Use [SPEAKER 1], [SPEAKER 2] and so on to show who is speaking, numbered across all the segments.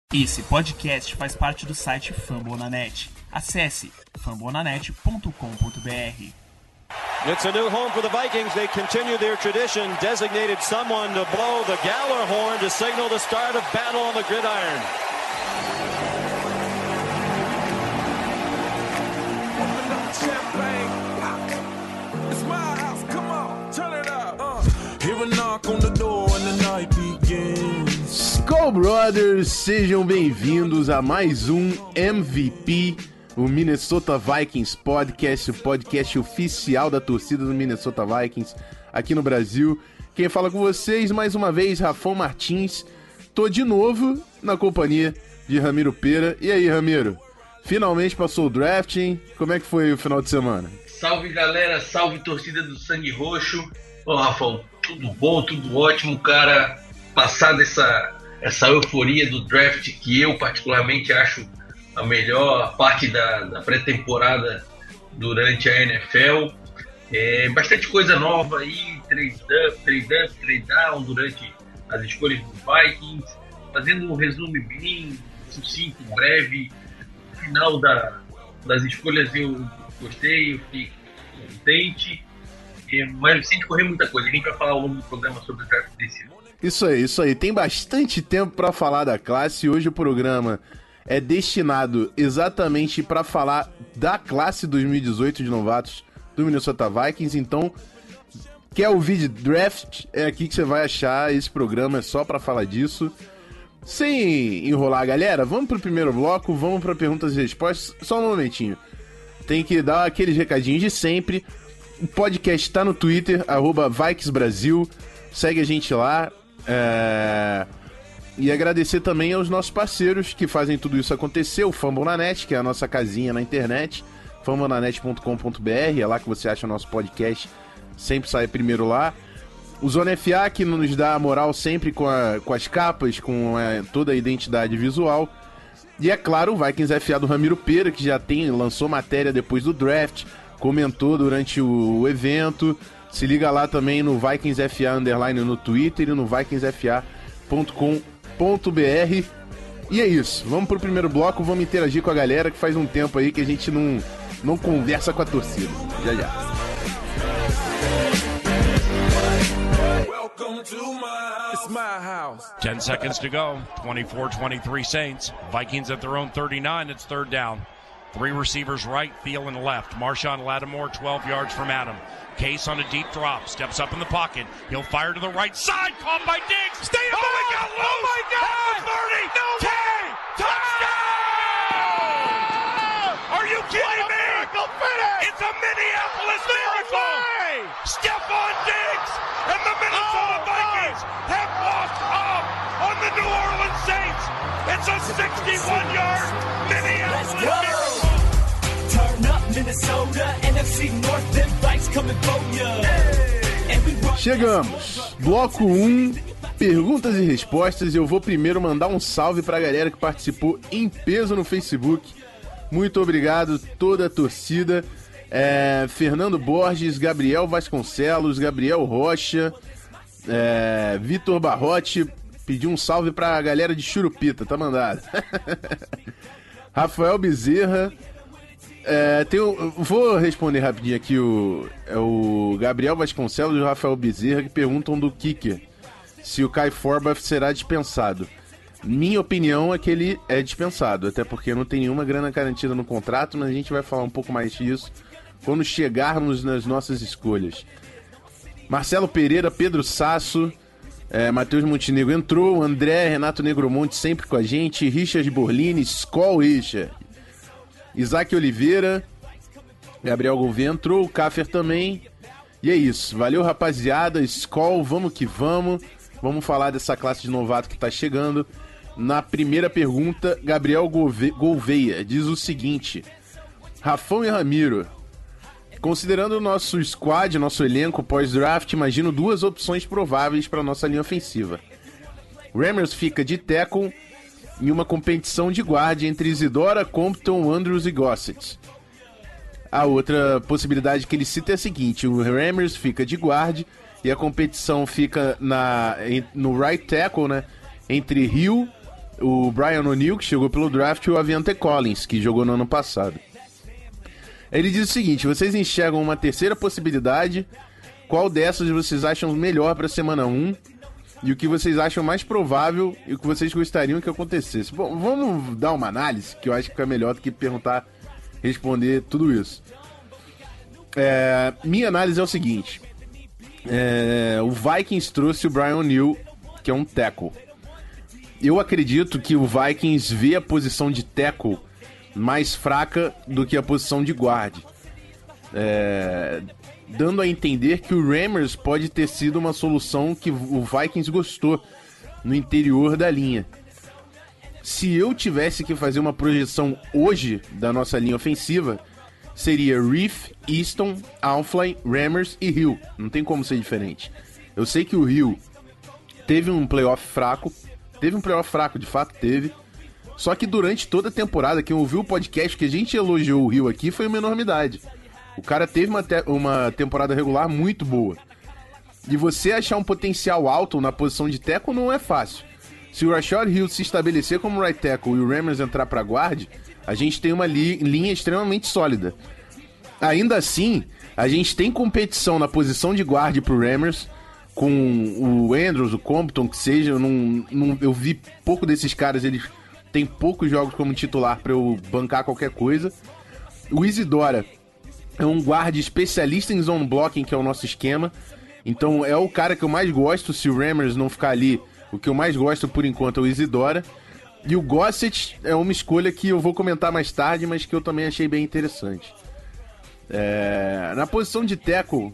[SPEAKER 1] Esse podcast faz parte do site Fambonanet. Acesse fambonanet.com.br.
[SPEAKER 2] It's a new home for the Vikings. They continue their tradition, designated someone to blow the Galler horn to signal the start of battle on the gridiron.
[SPEAKER 3] It's my house, come on, turn it up. Hear a knock on the door and the night begins.
[SPEAKER 4] Skol Brothers, sejam bem-vindos a mais um MVP, o Minnesota Vikings Podcast, o podcast oficial da torcida do Minnesota Vikings aqui no Brasil. Quem fala com vocês, mais uma vez, Rafão Martins. Tô de novo na companhia de Ramiro Pera. E aí, Ramiro? Finalmente passou o draft, hein? Como é que foi o final de semana?
[SPEAKER 5] Salve, galera. Salve, torcida do Sangue Roxo. Ô, Rafão, tudo bom, tudo ótimo, cara. Passada essa euforia do draft, que eu particularmente acho a melhor parte da pré-temporada durante a NFL. Bastante coisa nova aí, trade up, trade down durante as escolhas dos Vikings. Fazendo um resumo bem sucinto, breve. No final das escolhas eu gostei, eu fiquei contente. Mas sem correr muita coisa, nem para falar ao longo do programa sobre o draft desse ano.
[SPEAKER 4] Isso aí. Tem bastante tempo para falar da classe. Hoje o programa é destinado exatamente para falar da classe 2018 de novatos do Minnesota Vikings. Então, quer ouvir de draft? É aqui que você vai achar. Esse programa é só para falar disso. Sem enrolar, galera, vamos pro primeiro bloco, vamos para perguntas e respostas. Só um momentinho. Tem que dar aqueles recadinhos de sempre. O podcast tá no Twitter, @VikingsBrasil. Segue a gente lá. E agradecer também aos nossos parceiros que fazem tudo isso acontecer. O Fambonanet, que é a nossa casinha na internet. fambonanet.com.br, é lá que você acha o nosso podcast. Sempre sai primeiro lá. O Zona FA, que nos dá a moral sempre com as capas, com toda a identidade visual. E é claro, o Vikings FA do Ramiro Pera, que já lançou matéria depois do draft, comentou durante o evento. Se liga lá também no Vikings FA Underline no Twitter e no vikingsfa.com.br. E é isso, vamos pro primeiro bloco, vamos interagir com a galera, que faz um tempo aí que a gente não conversa com a torcida. Já.
[SPEAKER 6] 10 seconds to go. 24-23 Saints. Vikings at their own 39. It's third down. Three receivers right, Thielen left. Marshawn Lattimore, 12 yards from Adam. Case on a deep drop. Steps up in the pocket. He'll fire to the right side. Caught by Diggs. Stay up. Oh, he got loose. Oh, my God. 30. No way. Touchdown. Are you kidding me? Miracle finish. It's a Minneapolis miracle. Stephon Diggs and the Minnesota Vikings have walked off on the New Orleans Saints. It's a 61-yard Minneapolis miracle.
[SPEAKER 7] Turn up Minnesota, NFC North, them Vikes coming for ya.
[SPEAKER 4] Chegamos. Bloco 1, perguntas e respostas. Eu vou primeiro mandar um salve pra galera que participou em peso no Facebook. Muito obrigado, toda a torcida. Fernando Borges, Gabriel Vasconcelos, Gabriel Rocha, Vitor Barrote. Pediu um salve pra galera de Churupita, tá mandado. Rafael Bezerra. Vou responder rapidinho aqui o Gabriel Vasconcelos e o Rafael Bezerra, que perguntam do kicker, se o Kai Forbath será dispensado. Minha opinião é que ele é dispensado, até porque não tem nenhuma grana garantida no contrato, mas a gente vai falar um pouco mais disso quando chegarmos nas nossas escolhas. Marcelo Pereira, Pedro Sasso, Matheus Montenegro entrou, André, Renato Negromonte sempre com a gente, Richard Borlini, Skol Richard, Isaac Oliveira, Gabriel Gouveia entrou, o Kaffer também. E é isso, valeu rapaziada, Skol, vamos que vamos. Vamos falar dessa classe de novato que tá chegando. Na primeira pergunta, Gabriel Gouveia diz o seguinte: Rafão e Ramiro, considerando o nosso squad, nosso elenco pós-draft, imagino duas opções prováveis para nossa linha ofensiva. Remmers fica de tackle em uma competição de guarda entre Isidora, Compton, Andrews e Gossett. A outra possibilidade que ele cita é a seguinte: o Remmers fica de guarda e a competição fica no right tackle, né, entre Hill, o Brian O'Neill, que chegou pelo draft, e o Avante Collins, que jogou no ano passado. Ele diz o seguinte: vocês enxergam uma terceira possibilidade? Qual dessas vocês acham melhor para a semana 1? E o que vocês acham mais provável e o que vocês gostariam que acontecesse? Bom, vamos dar uma análise, que eu acho que fica melhor do que responder tudo isso. Minha análise é o seguinte: o Vikings trouxe o Brian O'Neill, que é um tackle. Eu acredito que o Vikings vê a posição de tackle mais fraca do que a posição de guard, dando a entender que o Rammers pode ter sido uma solução que o Vikings gostou no interior da linha. Se eu tivesse que fazer uma projeção hoje da nossa linha ofensiva, seria Reef, Easton, Alflin, Rammers e Hill. Não tem como ser diferente. Eu sei que o Hill teve um playoff fraco, de fato teve. Só que durante toda a temporada, quem ouviu o podcast que a gente elogiou o Hill aqui foi uma enormidade. O cara teve uma temporada regular muito boa. E você achar um potencial alto na posição de tackle não é fácil. Se o Rashad Hill se estabelecer como right tackle e o Rammers entrar para guard, a gente tem uma linha extremamente sólida. Ainda assim, a gente tem competição na posição de guard pro Rammers, com o Andrews, o Compton, que seja. Eu vi pouco desses caras, eles têm poucos jogos como titular para eu bancar qualquer coisa. O Isidora é um guard especialista em zone blocking, que é o nosso esquema. Então é o cara que eu mais gosto. Se o Rammers não ficar ali, o que eu mais gosto por enquanto é o Isidora. E o Gossett é uma escolha que eu vou comentar mais tarde, mas que eu também achei bem interessante. Na posição de tackle,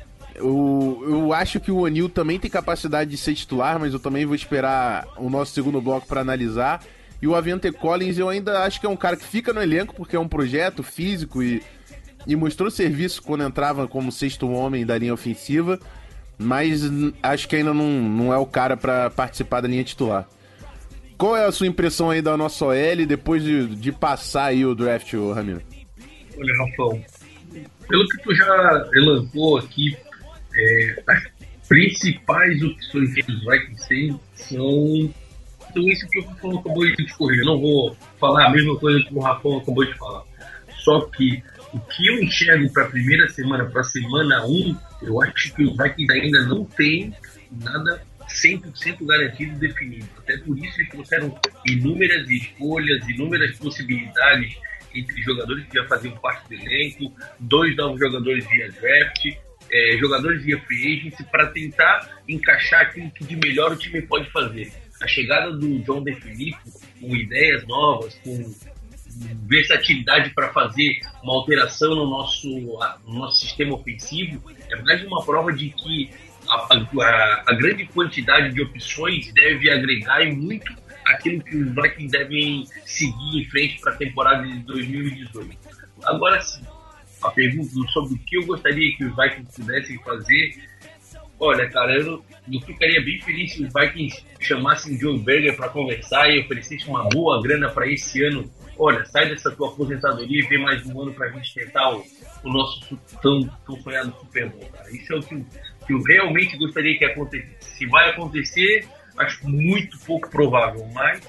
[SPEAKER 4] eu acho que o O'Neill também tem capacidade de ser titular, mas eu também vou esperar o nosso segundo bloco para analisar. E o Avante Collins eu ainda acho que é um cara que fica no elenco porque é um projeto físico e mostrou serviço quando entrava como sexto homem da linha ofensiva, mas acho que ainda não é o cara para participar da linha titular. Qual é a sua impressão aí da nossa OL depois de passar aí o draft, Ramiro?
[SPEAKER 5] Olha, Rafael, pelo que tu já relatou aqui, as principais opções que os Vikings têm são isso que o Rafael acabou de discorrer. Eu não vou falar a mesma coisa que o Rafael acabou de falar. Só que o que eu enxergo para a primeira semana, para a semana 1, eu acho que os Vikings ainda não tem nada 100% garantido e definido. Até por isso eles trouxeram inúmeras escolhas, inúmeras possibilidades entre jogadores que já faziam parte do elenco, 2 novos jogadores via draft, jogadores via free agency, para tentar encaixar aquilo que de melhor o time pode fazer. A chegada do John DeFilippo, com ideias novas, com versatilidade para fazer uma alteração no nosso sistema ofensivo, é mais uma prova de que a grande quantidade de opções deve agregar em muito aquilo que os Vikings devem seguir em frente para a temporada de 2018. Agora sim, a pergunta sobre o que eu gostaria que os Vikings pudessem fazer, olha, cara, eu ficaria bem feliz se os Vikings chamassem o John Berger para conversar e oferecessem uma boa grana para esse ano. Olha, sai dessa tua aposentadoria e vem mais um ano para a gente tentar o nosso tão sonhado Super Bowl, cara. Isso é o que eu realmente gostaria que acontecesse. Se vai acontecer, acho muito pouco provável, mas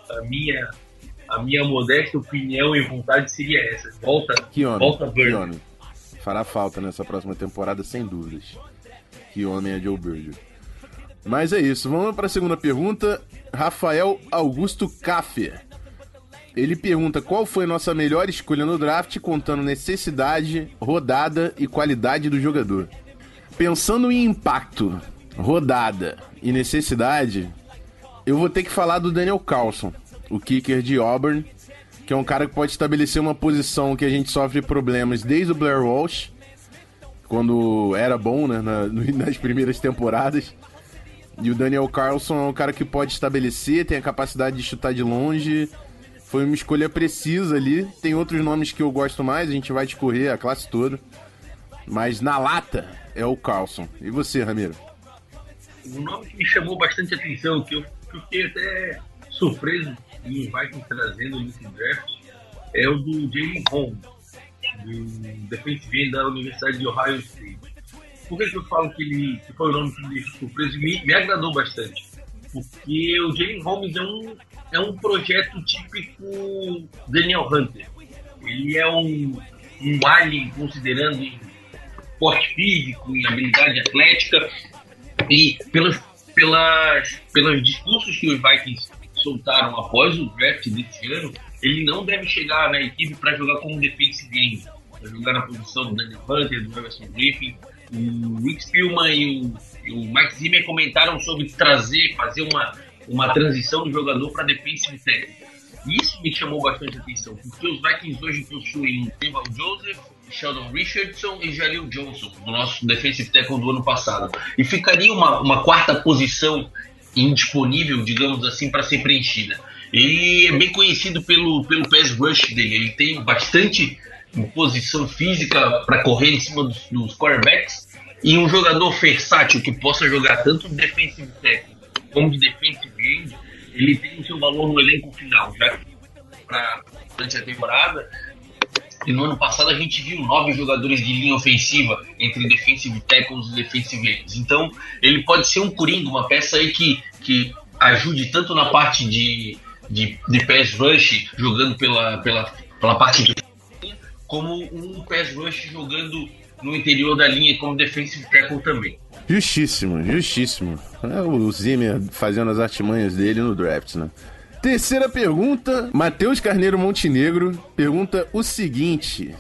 [SPEAKER 5] a minha modesta opinião e vontade seria essa. Volta Berger.
[SPEAKER 4] Fará falta nessa próxima temporada, sem dúvidas. Que homem é Joe Berger. Mas é isso, vamos para a segunda pergunta. Rafael Augusto Caffer. Ele pergunta qual foi nossa melhor escolha no draft, contando necessidade, rodada e qualidade do jogador. Pensando em impacto, rodada e necessidade, eu vou ter que falar do Daniel Carlson, o kicker de Auburn, que é um cara que pode estabelecer uma posição que a gente sofre problemas desde o Blair Walsh, quando era bom, né, nas primeiras temporadas. E o Daniel Carlson é um cara que pode estabelecer, tem a capacidade de chutar de longe. Foi uma escolha precisa ali. Tem outros nomes que eu gosto mais, a gente vai discorrer a classe toda. Mas na lata é o Carlson. E você, Ramiro?
[SPEAKER 5] Um nome que me chamou bastante atenção, que eu fiquei até surpreso em Vikings trazendo nesse draft, é o do Jalen Holmes, do defensive end da Universidade de Ohio State. Por que eu falo que foi o nome que me deixou surpreso e me agradou bastante? porque o Jalen Holmes é um projeto típico Daniel Hunter. Ele é um alien, considerando em porte físico, em habilidade atlética, e pelos discursos que os Vikings soltaram após o draft desse ano, ele não deve chegar na equipe para jogar como defensive end, para jogar na posição do Daniel Hunter, do Everson Griffin. O Rick Spielman e o Mike Zimmer comentaram sobre fazer uma transição do jogador para defensive tackle. Isso me chamou bastante atenção, porque os Vikings hoje possuem Linval Joseph, Sheldon Richardson e Jaleel Johnson, o nosso defensive tackle do ano passado. E ficaria uma quarta posição indisponível, digamos assim, para ser preenchida. Ele é bem conhecido pelo pass rush dele, ele tem bastante posição física para correr em cima dos quarterbacks, e um jogador versátil que possa jogar tanto de defensive tackle como de defensive end, ele tem o seu valor no elenco final, já que durante a temporada. E no ano passado a gente viu 9 jogadores de linha ofensiva entre defensive tackles e defensive ends. Então ele pode ser um coringa, uma peça aí que ajude tanto na parte de pass rush, jogando pela parte de linha, como um pass rush jogando no interior da linha como defensive tackle também.
[SPEAKER 4] Justíssimo. É o Zimmer fazendo as artimanhas dele no draft, né? Terceira pergunta, Matheus Carneiro Montenegro pergunta o seguinte: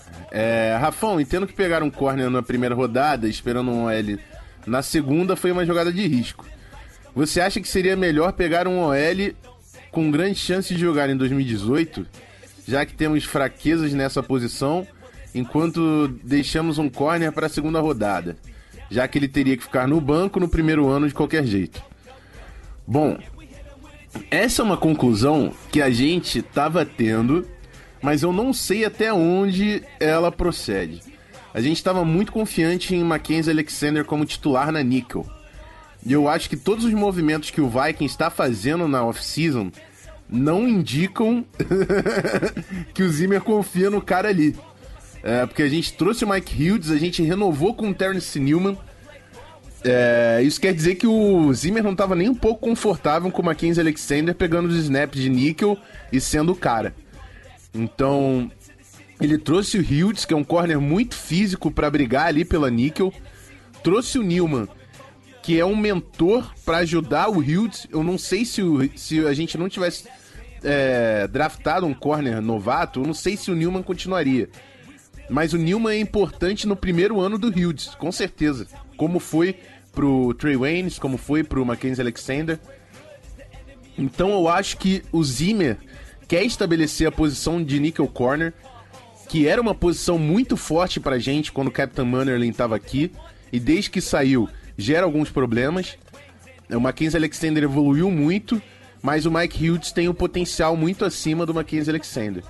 [SPEAKER 4] Rafão, entendo que pegar um corner na primeira rodada, esperando um OL na segunda, foi uma jogada de risco. Você acha que seria melhor pegar um OL com grande chance de jogar em 2018, já que temos fraquezas nessa posição, enquanto deixamos um corner para a segunda rodada, já que ele teria que ficar no banco no primeiro ano de qualquer jeito? Bom, essa é uma conclusão que a gente estava tendo, mas eu não sei até onde ela procede. A gente estava muito confiante em Mackenzie Alexander como titular na nickel. E eu acho que todos os movimentos que o Vikings está fazendo na off-season não indicam que o Zimmer confia no cara ali. Porque a gente trouxe o Mike Hughes, a gente renovou com o Terrence Newman. Isso quer dizer que o Zimmer não estava nem um pouco confortável com o Mackenzie Alexander pegando os snaps de níquel e sendo o cara. Então, ele trouxe o Hughes, que é um corner muito físico para brigar ali pela níquel. Trouxe o Newman, que é um mentor para ajudar o Hughes. Eu não sei se a gente não tivesse draftado um corner novato, eu não sei se o Newman continuaria. Mas o Newman é importante no primeiro ano do Hughes, com certeza. Como foi pro Trey Waynes, como foi pro Mackenzie Alexander. Então eu acho que o Zimmer quer estabelecer a posição de nickel corner, que era uma posição muito forte pra gente quando o Captain Munnerlyn estava aqui, e desde que saiu gera alguns problemas. O Mackenzie Alexander evoluiu muito, mas o Mike Hughes tem um potencial muito acima do Mackenzie Alexander.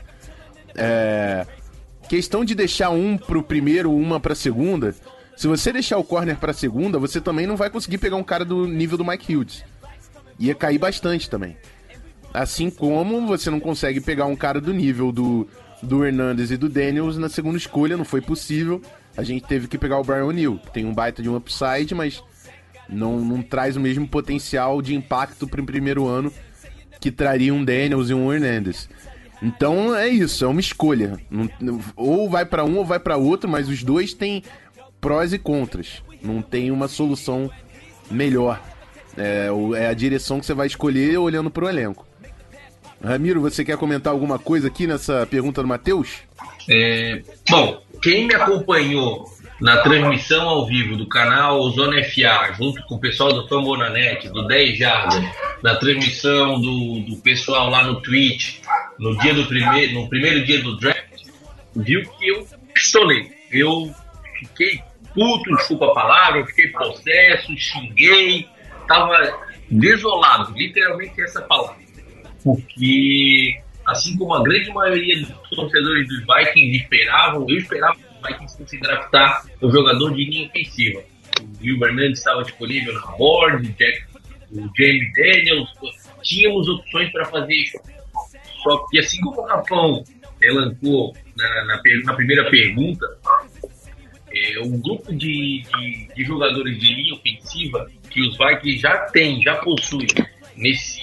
[SPEAKER 4] Questão de deixar um pro primeiro, uma pra segunda. Se você deixar o corner pra segunda, você também não vai conseguir pegar um cara do nível do Mike Hughes. Ia cair bastante também. Assim como você não consegue pegar um cara do nível do Hernandez e do Daniels na segunda escolha, não foi possível. A gente teve que pegar o Brian O'Neill, que tem um baita de um upside, mas não traz o mesmo potencial de impacto pro primeiro ano que traria um Daniels e um Hernandez. Então é isso, é uma escolha. Ou vai pra um ou vai pra outro, mas os dois têm prós e contras. Não tem uma solução melhor. É a direção que você vai escolher olhando pro elenco. Ramiro, você quer comentar alguma coisa aqui nessa pergunta do Matheus?
[SPEAKER 5] Bom, quem me acompanhou na transmissão ao vivo do canal Zona FA, junto com o pessoal do Fambonanet, do 10 Jardas, na transmissão do pessoal lá no Twitch, no primeiro dia do draft, viu que eu pistolei. Eu fiquei puto, desculpa a palavra, eu fiquei possesso, xinguei, tava desolado, literalmente essa palavra. Porque, assim como a grande maioria dos torcedores dos Vikings esperavam, eu esperava que os Vikings fossem draftar um jogador de linha ofensiva. O Will Hernandez estava disponível na board, o Jamie Daniels, tínhamos opções para fazer isso. Só que, assim como o Rafão elencou na primeira pergunta, um grupo de jogadores de linha ofensiva que que os Vikings já possuem nesse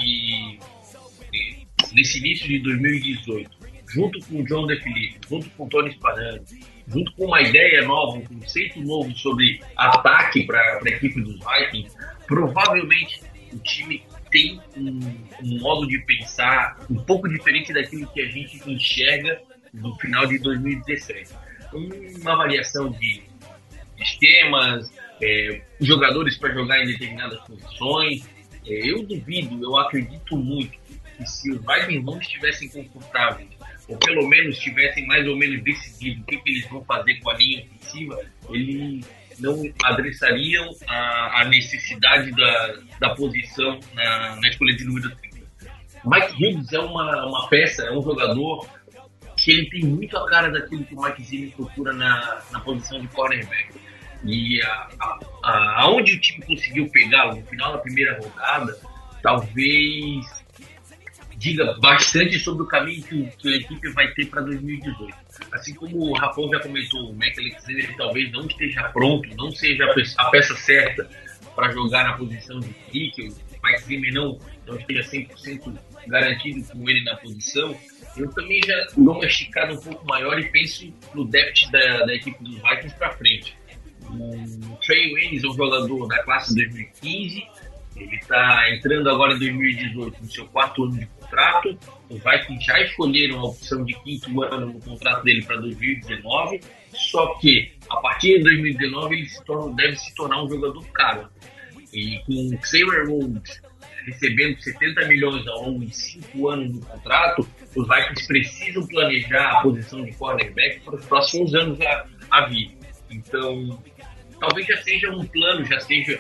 [SPEAKER 5] início de 2018, junto com o John DeFilippo, junto com o Tony Sparano, junto com uma ideia nova, um conceito novo sobre ataque para a equipe dos Vikings, provavelmente o time tem um modo de pensar um pouco diferente daquilo que a gente enxerga no final de 2017. Uma variação de esquemas, jogadores para jogar em determinadas posições. Eu duvido, eu acredito muito que se os Vikings não estivessem confortáveis, ou pelo menos estivessem mais ou menos decididos o que eles vão fazer com a linha ofensiva, eles não adressariam a necessidade da posição na escolha de número 30. Mike Hughes é uma peça, é um jogador que ele tem muito a cara daquilo que o Mike Zimmer procura na posição de cornerback. E aonde o time conseguiu pegá-lo no final da primeira rodada, talvez diga bastante sobre o caminho que a equipe vai ter para 2018. Assim como o Rafão já comentou, o Mac Alexander talvez não esteja pronto, não seja a peça certa para jogar na posição de kicker, o Mike Zimmer não esteja 100% garantido com ele na posição. Eu também já dou uma esticada um pouco maior e penso no depth da equipe dos Vikings para frente. O Trey Waynes é um jogador da classe 2015, ele está entrando agora em 2018 no seu 4º ano de contrato. Os Vikings já escolheram a opção de 5º ano no contrato dele para 2019, só que a partir de 2019 ele deve se tornar um jogador caro. E com o Xavier Rhodes recebendo 70 milhões ao longo de 5 anos no contrato, os Vikings precisam planejar a posição de cornerback para os próximos anos a vir. Então, talvez já seja um plano, já seja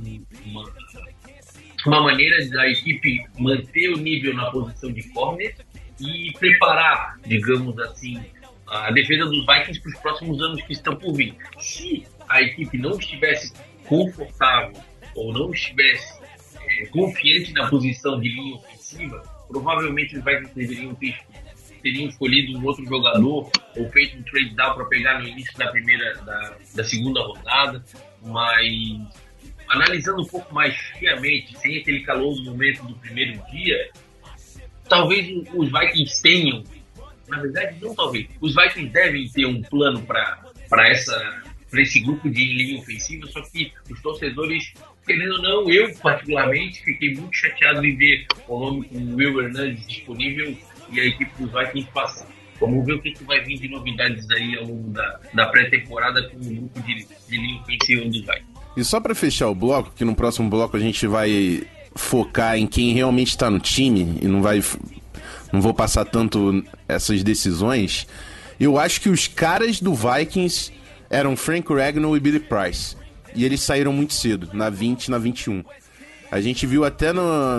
[SPEAKER 5] uma maneira da equipe manter o nível na posição de corner e preparar, digamos assim, a defesa dos Vikings para os próximos anos que estão por vir. Se a equipe não estivesse confortável ou não estivesse confiante na posição de linha ofensiva, provavelmente os Vikings teriam escolhido um outro jogador ou feito um trade down para pegar no início da segunda rodada, mas analisando um pouco mais friamente, sem aquele calor do momento do primeiro dia, talvez os Vikings tenham, na verdade não talvez, os Vikings devem ter um plano para esse grupo de linha ofensiva, só que os torcedores, querendo ou não, eu particularmente fiquei muito chateado em ver o nome com o Will Hernandez disponível e a equipe dos Vikings passar. Vamos ver o que vai vir de novidades aí ao longo da pré-temporada com o grupo de linha ofensiva dos Vikings.
[SPEAKER 4] E só para fechar o bloco, que no próximo bloco a gente vai focar em quem realmente está no time e não vou passar tanto essas decisões, eu acho que os caras do Vikings eram Frank Ragnow e Billy Price. E eles saíram muito cedo, na 20 e na 21. A gente viu até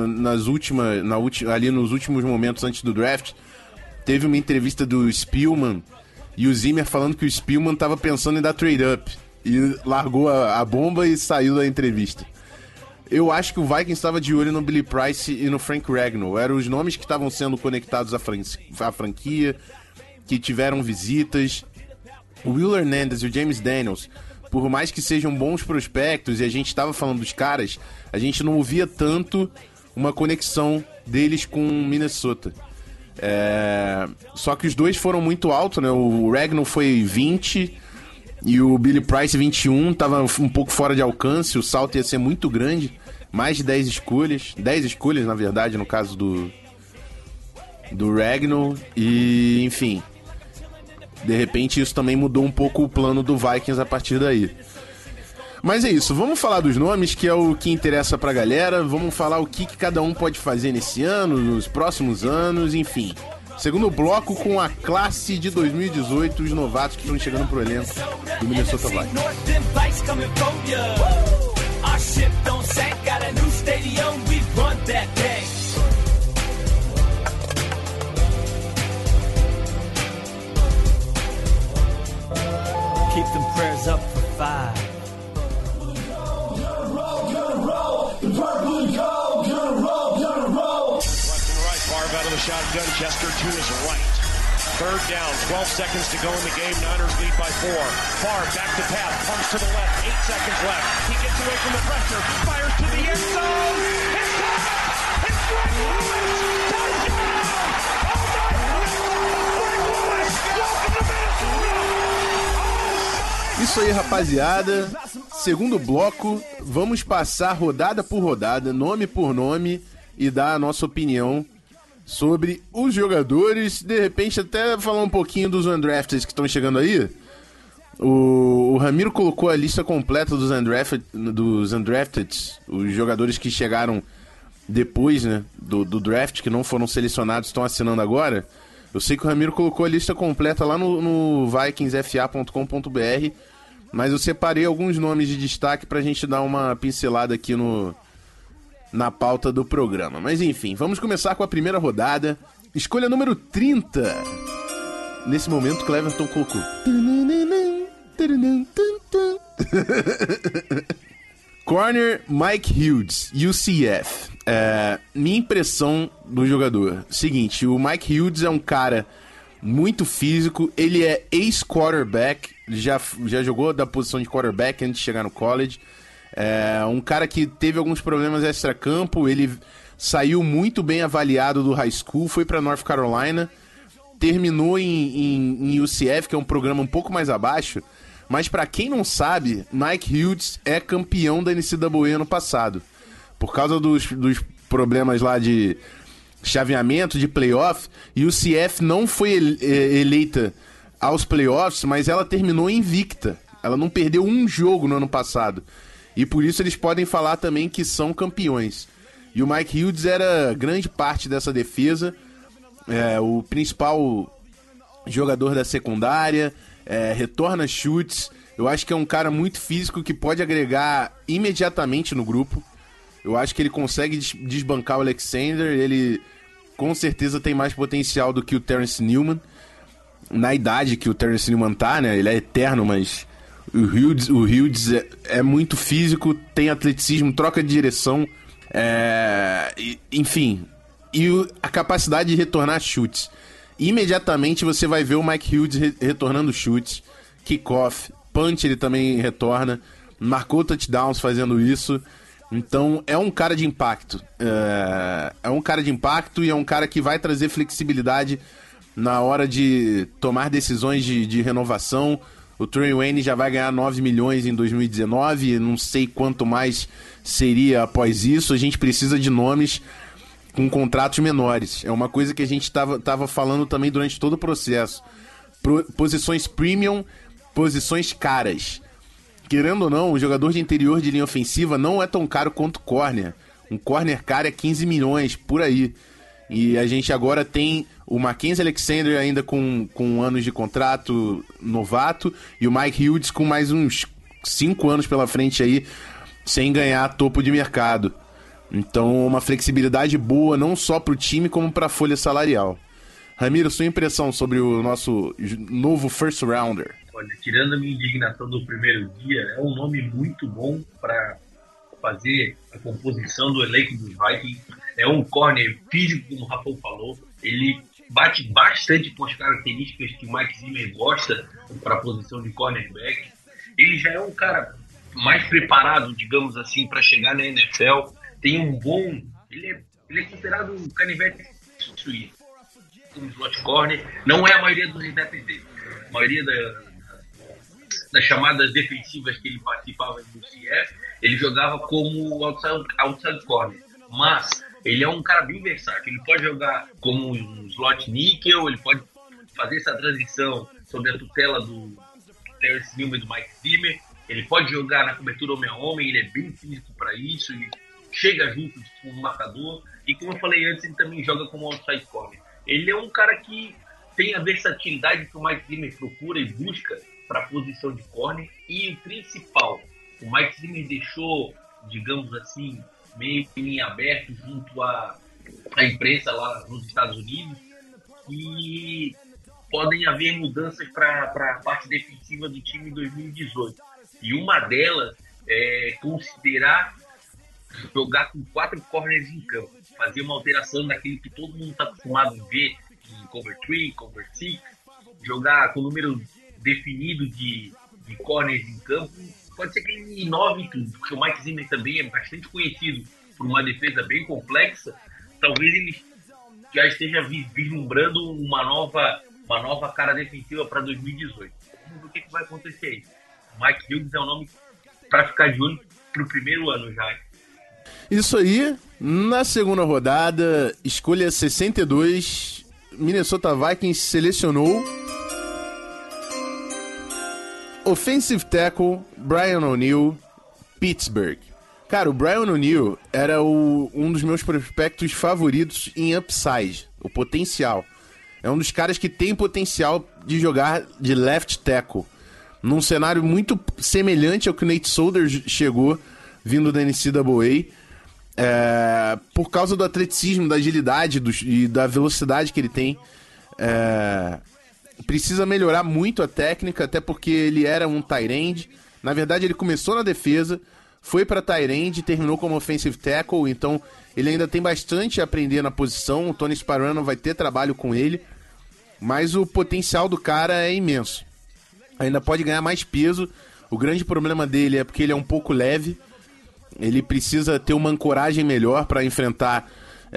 [SPEAKER 4] ali nos últimos momentos antes do draft, teve uma entrevista do Spielman e o Zimmer falando que o Spielman estava pensando em dar trade-up. E largou a bomba e saiu da entrevista. Eu acho que o Vikings estava de olho no Billy Price e no Frank Ragnow. Eram os nomes que estavam sendo conectados à franquia, que tiveram visitas. O Will Hernandez e o James Daniels, por mais que sejam bons prospectos, e a gente estava falando dos caras, a gente não ouvia tanto uma conexão deles com Minnesota. Só que os dois foram muito altos, né? O Ragnow foi 20 e o Billy Price 21, estava um pouco fora de alcance, o salto ia ser muito grande, mais de 10 escolhas, na verdade, no caso do Ragnow, e enfim, de repente isso também mudou um pouco o plano do Vikings a partir daí. Mas é isso, vamos falar dos nomes, que é o que interessa pra galera, vamos falar o que cada um pode fazer nesse ano, nos próximos anos, enfim. Segundo bloco com a classe de 2018, os novatos que estão chegando pro elenco do Minnesota Vikings.
[SPEAKER 7] Keep them prayers up for 5.
[SPEAKER 6] Left and right, Favre out of the shotgun, Chester to his right. Third down, 12 seconds to go in the game. Niners lead by 4. Favre back to pass, pumps to the left, 8 seconds left. He gets away from the pressure, fires to the end zone. It's caught! It's Greg Lewis! Touchdown! Oh my God! Greg Lewis! Welcome to Minnesota!
[SPEAKER 4] Isso aí, rapaziada. Segundo bloco, vamos passar rodada por rodada, nome por nome e dar a nossa opinião sobre os jogadores, de repente até falar um pouquinho dos undrafted que estão chegando aí. O Ramiro colocou a lista completa dos undrafted, os jogadores que chegaram depois, né, do draft, que não foram selecionados, estão assinando agora. Eu sei que o Ramiro colocou a lista completa lá no vikingsfa.com.br, mas eu separei alguns nomes de destaque pra gente dar uma pincelada aqui na pauta do programa. Mas enfim, vamos começar com a primeira rodada. Escolha número 30. Nesse momento, Cleverton colocou. Corner Mike Hughes, UCF. Minha impressão do jogador. Seguinte, o Mike Hughes é um cara muito físico. Ele é ex-quarterback. Já jogou da posição de quarterback antes de chegar no college. Um cara que teve alguns problemas extra-campo. Ele saiu muito bem avaliado do high school, foi para North Carolina, terminou em UCF, que é um programa um pouco mais abaixo, mas para quem não sabe, Mike Hughes é campeão da NCAA ano passado. Por causa dos problemas lá de chaveamento, de playoff, UCF não foi eleita aos playoffs, mas ela terminou invicta. Ela não perdeu um jogo no ano passado. E por isso eles podem falar também que são campeões. E o Mike Hughes era grande parte dessa defesa, o principal jogador da secundária, retorna chutes. Eu acho que é um cara muito físico que pode agregar imediatamente no grupo. Eu acho que ele consegue desbancar o Alexander. Ele com certeza tem mais potencial do que o Terrence Newman. Na idade que o Terrence Newman tá, né? Ele é eterno, mas o Hughes é muito físico, tem atleticismo, troca de direção, enfim, e a capacidade de retornar chutes. Imediatamente você vai ver o Mike Hughes retornando chutes, kickoff, punch ele também retorna, marcou touchdowns fazendo isso. Então é um cara de impacto, é um cara de impacto e é um cara que vai trazer flexibilidade na hora de tomar decisões de renovação. O Trey Wayne já vai ganhar 9 milhões em 2019, não sei quanto mais seria após isso. A gente precisa de nomes com contratos menores. É uma coisa que a gente estava falando também durante todo o processo. Posições premium, posições caras. Querendo ou não, o jogador de interior de linha ofensiva não é tão caro quanto o corner. Um corner caro é 15 milhões, por aí. E a gente agora tem o Mackenzie Alexander ainda com anos de contrato novato e o Mike Hughes com mais uns 5 anos pela frente aí, sem ganhar topo de mercado. Então uma flexibilidade boa não só para o time como para a folha salarial. Ramiro, sua impressão sobre o nosso novo first rounder?
[SPEAKER 5] Olha, tirando a minha indignação do primeiro dia, é um nome muito bom para fazer a composição do elenco dos Vikings. É um corner físico, como o Rafael falou. Ele bate bastante com as características que o Mike Zimmer gosta para a posição de cornerback. Ele já é um cara mais preparado, digamos assim, para chegar na NFL. Tem um bom... Ele é considerado um canivete suíço, um slot corner. Não é a maioria dos snaps dele. A maioria das chamadas defensivas que ele participava no CF, ele jogava como outside corner. Mas ele é um cara bem versátil. Ele pode jogar como um slot níquel, ele pode fazer essa transição sob a tutela do Terrence Newman e do Mike Zimmer. Ele pode jogar na cobertura homem a homem, ele é bem físico para isso, ele chega junto com o marcador. E como eu falei antes, ele também joga como outside corner. Ele é um cara que tem a versatilidade que o Mike Zimmer procura e busca para a posição de corner. E o principal, o Mike Zimmer deixou, digamos assim, meio em aberto junto à imprensa lá nos Estados Unidos, e podem haver mudanças para a parte defensiva do time em 2018. E uma delas é considerar jogar com 4 corners em campo, fazer uma alteração daquele que todo mundo está acostumado a ver, que cover 3, cover 6, jogar com número definido de corners em campo. Pode ser que ele inove tudo, porque o Mike Zimmer também é bastante conhecido por uma defesa bem complexa. Talvez ele já esteja vislumbrando uma nova cara defensiva para 2018. Vamos ver o que vai acontecer aí. O Mike Hughes é um nome para ficar de olho para o primeiro ano já.
[SPEAKER 4] Isso aí, na segunda rodada, escolha 62, Minnesota Vikings selecionou Offensive Tackle Brian O'Neill, Pittsburgh. Cara, o Brian O'Neill era um dos meus prospectos favoritos em upside, o potencial. É um dos caras que tem potencial de jogar de left tackle, num cenário muito semelhante ao que o Nate Solder chegou vindo da NCAA, por causa do atleticismo, da agilidade e da velocidade que ele tem. Precisa melhorar muito a técnica, até porque ele era um tight end. Na verdade, ele começou na defesa, foi para tight end e terminou como offensive tackle, então ele ainda tem bastante a aprender na posição. O Tony Sparano vai ter trabalho com ele, mas o potencial do cara é imenso. Ainda pode ganhar mais peso. O grande problema dele é porque ele é um pouco leve. Ele precisa ter uma ancoragem melhor para enfrentar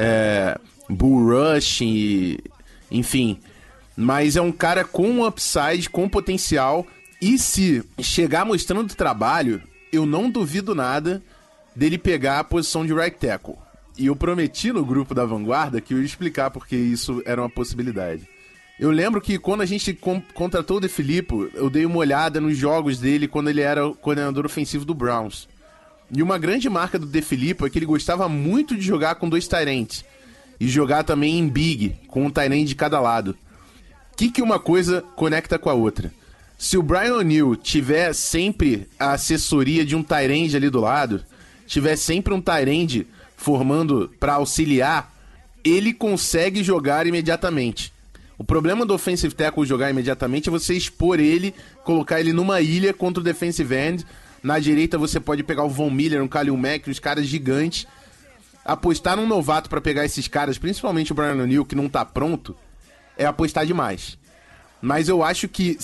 [SPEAKER 4] bull rush, enfim. Mas é um cara com upside, com potencial. E se chegar mostrando trabalho, eu não duvido nada dele pegar a posição de right tackle. E eu prometi no grupo da Vanguarda que eu ia explicar porque isso era uma possibilidade. Eu lembro que quando a gente contratou o De Filippo, eu dei uma olhada nos jogos dele quando ele era o coordenador ofensivo do Browns. E uma grande marca do De Filippo é que ele gostava muito de jogar com 2 tight ends. E jogar também em big, com um tight end de cada lado. O que uma coisa conecta com a outra? Se o Brian O'Neill tiver sempre a assessoria de um tight end ali do lado, tiver sempre um tight end formando para auxiliar, ele consegue jogar imediatamente. O problema do offensive tackle jogar imediatamente é você expor ele, colocar ele numa ilha contra o defensive end. Na direita você pode pegar o Von Miller, um Khalil Mack, os caras gigantes. Apostar num novato para pegar esses caras, principalmente o Brian O'Neill, que não tá pronto, é apostar demais. Mas eu acho que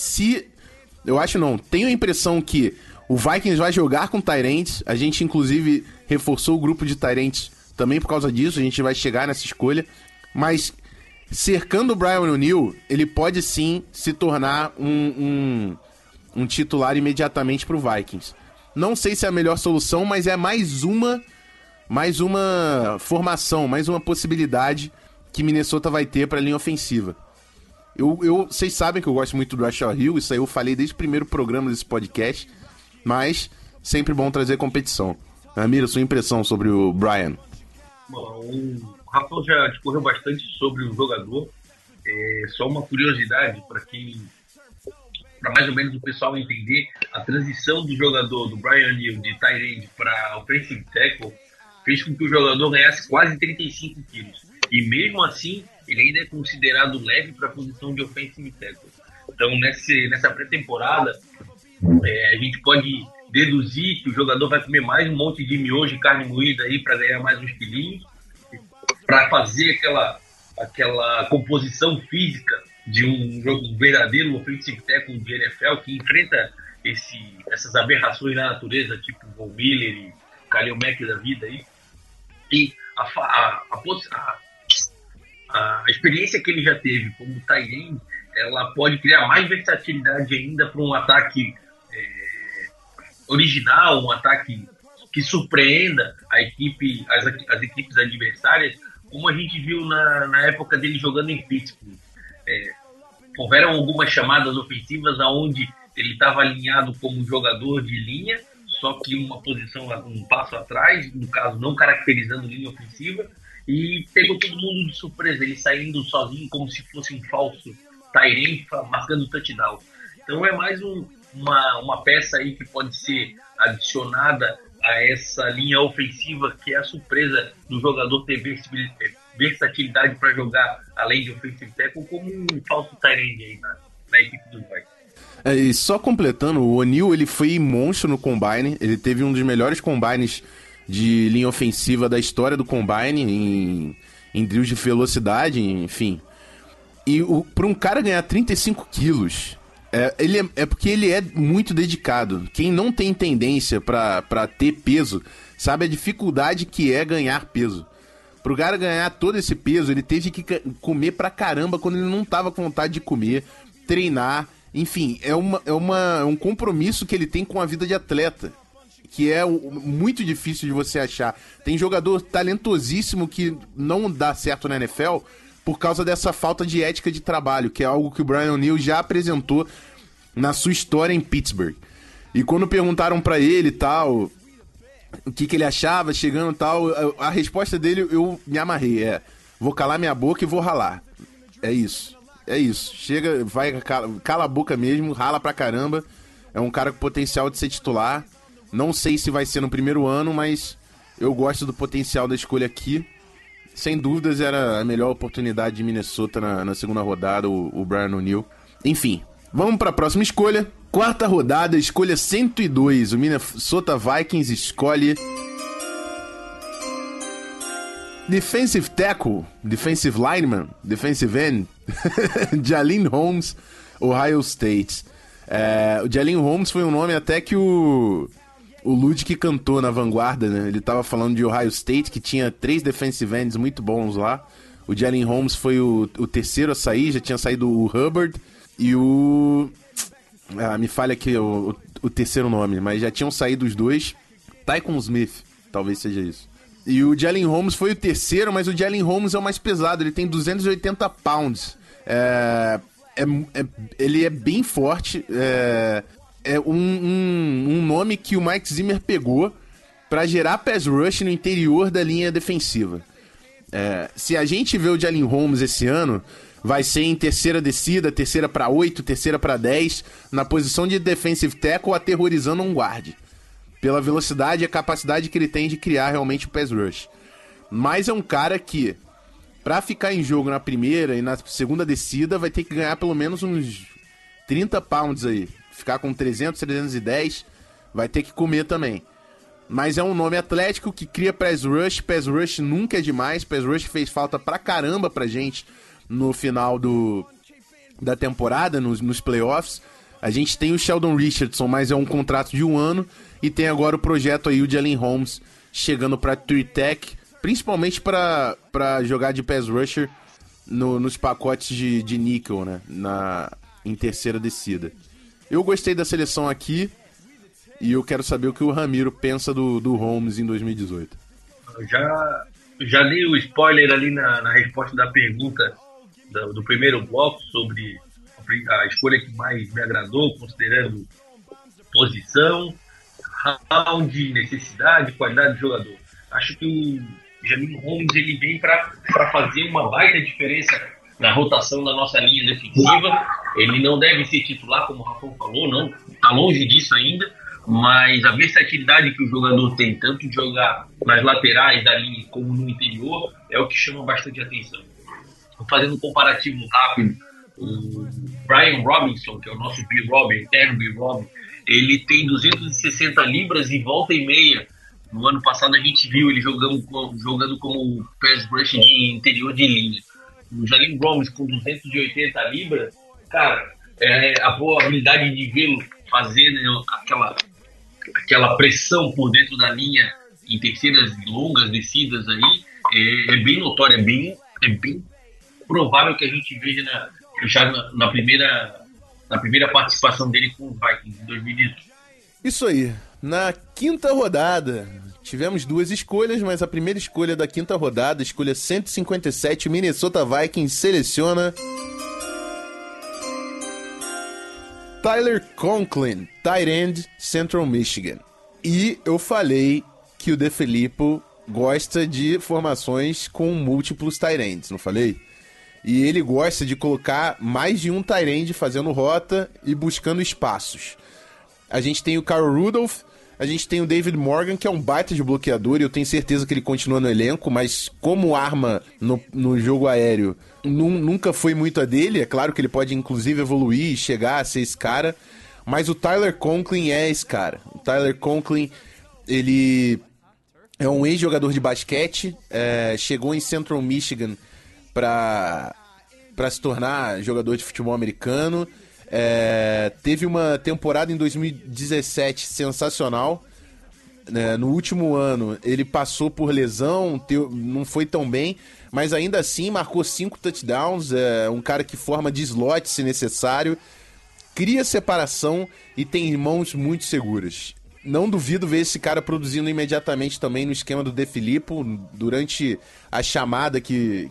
[SPEAKER 4] tenho a impressão que o Vikings vai jogar com tight ends. A gente, inclusive, reforçou o grupo de tight ends também por causa disso. A gente vai chegar nessa escolha. Mas, cercando o Brian O'Neill, ele pode sim se tornar um titular imediatamente pro Vikings. Não sei se é a melhor solução, mas é mais uma formação, mais uma possibilidade que Minnesota vai ter para a linha ofensiva. Vocês sabem que eu gosto muito do Rashad Hill, isso aí eu falei desde o primeiro programa desse podcast, mas sempre bom trazer competição. Ramiro, sua impressão sobre o Brian?
[SPEAKER 5] Bom, o Rafael já discorreu bastante sobre o jogador. Só uma curiosidade para mais ou menos o pessoal entender, a transição do jogador, do Brian O'Neill, de tight end para offensive tackle, fez com que o jogador ganhasse quase 35 quilos. E mesmo assim, ele ainda é considerado leve para a posição de offensive tackle. Então, nessa pré-temporada, a gente pode deduzir que o jogador vai comer mais um monte de miojo e carne moída aí para ganhar mais uns quilinhos, para fazer aquela composição física de um verdadeiro offensive tackle de NFL que enfrenta essas aberrações na natureza, tipo Von Miller e Khalil Mack da vida aí. E a experiência que ele já teve como tight end, ela pode criar mais versatilidade ainda para um ataque original, um ataque que surpreenda as equipes adversárias, como a gente viu na época dele jogando em Pittsburgh. Houveram algumas chamadas ofensivas onde ele estava alinhado como jogador de linha, só que uma posição, um passo atrás, no caso não caracterizando linha ofensiva, e pegou todo mundo de surpresa, ele saindo sozinho como se fosse um falso tight end marcando touchdown. Então é mais uma peça aí que pode ser adicionada a essa linha ofensiva, que é a surpresa do jogador ter versatilidade para jogar além de offensive tackle como um falso tight end aí na equipe dos Vikings.
[SPEAKER 4] E só completando, o O'Neill ele foi monstro no Combine, ele teve um dos melhores Combines de linha ofensiva da história do Combine, em drills de velocidade, enfim. E pra um cara ganhar 35 quilos, é porque ele é muito dedicado. Quem não tem tendência pra ter peso, sabe a dificuldade que é ganhar peso. Pro cara ganhar todo esse peso, ele teve que comer pra caramba quando ele não tava com vontade de comer, treinar. Enfim, é um compromisso que ele tem com a vida de atleta, que é muito difícil de você achar. Tem jogador talentosíssimo que não dá certo na NFL por causa dessa falta de ética de trabalho, que é algo que o Brian O'Neill já apresentou na sua história em Pittsburgh. E quando perguntaram pra ele e tal, o que ele achava chegando e tal, a resposta dele, eu me amarrei, vou calar minha boca e vou ralar. É isso. Chega, vai, cala a boca mesmo, rala pra caramba. É um cara com potencial de ser titular. Não sei se vai ser no primeiro ano, mas eu gosto do potencial da escolha aqui. Sem dúvidas, era a melhor oportunidade de Minnesota na segunda rodada, o Brian O'Neill. Enfim, vamos para a próxima escolha. Quarta rodada, escolha 102. O Minnesota Vikings escolhe defensive tackle, defensive lineman, defensive end, Jalin Holmes, Ohio State. O Jalin Holmes foi um nome até que o Ludic cantou na vanguarda, né? Ele tava falando de Ohio State, que tinha 3 defensive ends muito bons lá. O Jalin Holmes foi o terceiro a sair, já tinha saído o Hubbard e o... me falha aqui o terceiro nome, mas já tinham saído os dois. Tyquan Smith, talvez seja isso. E o Jalin Holmes foi o terceiro, mas o Jalin Holmes é o mais pesado, ele tem 280 pounds. Ele é bem forte, é um nome que o Mike Zimmer pegou para gerar pass rush no interior da linha defensiva. Se a gente vê o Jalin Holmes esse ano, vai ser em terceira descida, terceira para 8, terceira para 10, na posição de defensive tackle, aterrorizando um guard. Pela velocidade e a capacidade que ele tem de criar realmente o pass rush. Mas é um cara que, para ficar em jogo na primeira e na segunda descida, vai ter que ganhar pelo menos uns 30 pounds aí. Ficar com 300, 310, vai ter que comer também. Mas é um nome atlético que cria pass rush nunca é demais, pass rush fez falta pra caramba pra gente no final da temporada, nos playoffs. A gente tem o Sheldon Richardson, mas é um contrato de 1 ano, e tem agora o projeto aí, o Jalin Holmes, chegando pra Three Tech, principalmente pra jogar de pass rusher nos pacotes de níquel, né, em terceira descida. Eu gostei da seleção aqui e eu quero saber o que o Ramiro pensa do Holmes em 2018.
[SPEAKER 5] Já dei o spoiler ali na resposta da pergunta do primeiro bloco sobre a escolha que mais me agradou, considerando posição, round, necessidade, qualidade do jogador. Acho que o Jalin Holmes ele vem para fazer uma baita diferença na rotação da nossa linha defensiva. Ele não deve ser titular, como o Rafão falou, não, está longe disso ainda, mas a versatilidade que o jogador tem, tanto de jogar nas laterais da linha como no interior, é o que chama bastante atenção. Fazendo um comparativo rápido, o Brian Robinson, que é o nosso B-Rob, eterno B-Rob, ele tem 260 libras e volta e meia. No ano passado a gente viu ele jogando como pass rush de interior de linha. O Jalin Holmes com 280 libras, cara, a probabilidade de vê-lo fazer, né, aquela pressão por dentro da linha em terceiras longas descidas aí é bem notória, é bem provável que a gente veja já na primeira participação dele com os Vikings em 2018.
[SPEAKER 4] Isso aí. Na quinta rodada, tivemos 2 escolhas, mas a primeira escolha da quinta rodada, escolha 157, Minnesota Vikings seleciona Tyler Conklin, tight end, Central Michigan. E eu falei que o De Filippo gosta de formações com múltiplos tight ends, não falei? E ele gosta de colocar mais de um tight end fazendo rota e buscando espaços. A gente tem o Kyle Rudolph, a gente tem o David Morgan, que é um baita de bloqueador, e eu tenho certeza que ele continua no elenco, mas como arma no jogo aéreo, nunca foi muito a dele. É claro que ele pode inclusive evoluir e chegar a ser esse cara, mas o Tyler Conklin é esse cara. O Tyler Conklin, ele é um ex-jogador de basquete, chegou em Central Michigan para para se tornar jogador de futebol americano. Teve uma temporada em 2017 sensacional. No último ano ele passou por lesão, não foi tão bem, mas ainda assim marcou 5 touchdowns. Um cara que forma de slot se necessário, cria separação e tem mãos muito seguras. Não duvido ver esse cara produzindo imediatamente também no esquema do De Filippo. Durante a chamada que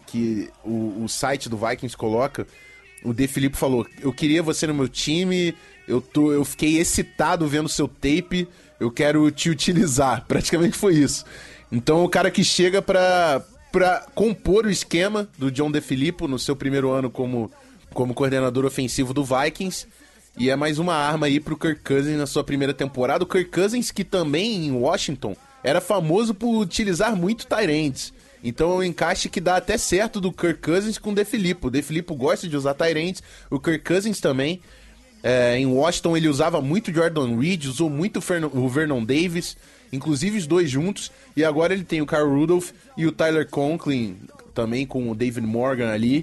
[SPEAKER 4] o site do Vikings coloca, o De Filippo falou: eu queria você no meu time, eu fiquei excitado vendo seu tape, eu quero te utilizar. Praticamente foi isso. Então o cara que chega pra compor o esquema do John De Filippo no seu primeiro ano como coordenador ofensivo do Vikings. E é mais uma arma aí pro Kirk Cousins na sua primeira temporada. O Kirk Cousins, que também em Washington era famoso por utilizar muito tight ends. Então é um encaixe que dá até certo do Kirk Cousins com o De Filippo. O De Filippo gosta de usar tight ends, o Kirk Cousins também. Em Washington ele usava muito Jordan Reed, usou muito o Vernon Davis, inclusive os dois juntos. E agora ele tem o Kyle Rudolph e o Tyler Conklin, também com o David Morgan ali.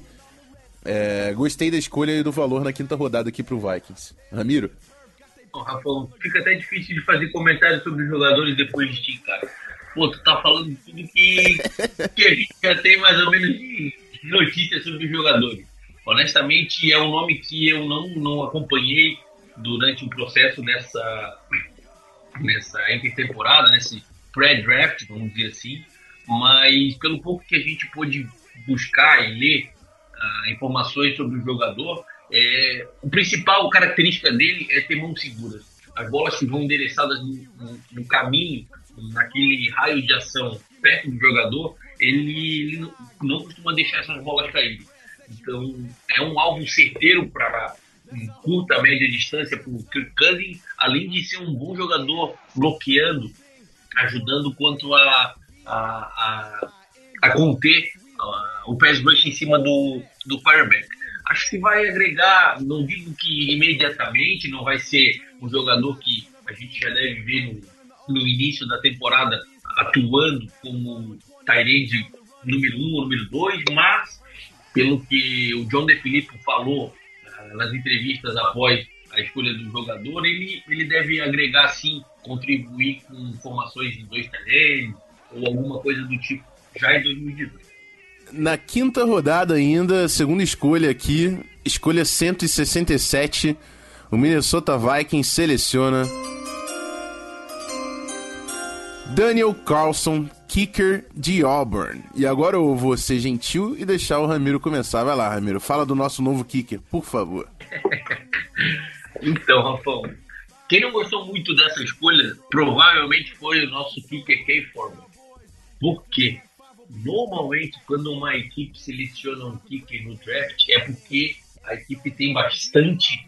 [SPEAKER 4] Gostei da escolha e do valor na quinta rodada aqui pro Vikings. Ramiro?
[SPEAKER 5] Rafael, fica até difícil de fazer comentários sobre os jogadores depois de ti, cara. Pô, tu tá falando tudo que a gente já tem mais ou menos de notícias sobre os jogadores. Honestamente, é um nome que eu não acompanhei durante o processo nessa intertemporada, nesse pré-draft, vamos dizer assim, mas pelo pouco que a gente pôde buscar e ler informações sobre o jogador, a principal característica dele é ter mãos seguras. As bolas que vão endereçadas no caminho, naquele raio de ação perto do jogador, ele não costuma deixar essas bolas caírem. Então é um alvo certeiro para curta, média distância para o Kirk Cousins, além de ser um bom jogador bloqueando, ajudando quanto a conter o pass rush em cima do quarterback. Acho que vai agregar, não digo que imediatamente, não vai ser um jogador que a gente já deve ver no início da temporada atuando como tight end número 1 ou número 2, mas pelo que o John De Filippo falou nas entrevistas após a escolha do jogador, ele deve agregar sim, contribuir com formações de 2 tight ends ou alguma coisa do tipo já em 2018.
[SPEAKER 4] Na quinta rodada ainda, segunda escolha aqui, escolha 167, o Minnesota Vikings seleciona Daniel Carlson, kicker de Auburn. E agora eu vou ser gentil e deixar o Ramiro começar. Vai lá, Ramiro, fala do nosso novo kicker, por favor.
[SPEAKER 5] Então, Rafael, quem não gostou muito dessa escolha provavelmente foi o nosso kicker Kai Forman. Por quê? Normalmente, quando uma equipe seleciona um kicker no draft, é porque a equipe tem bastante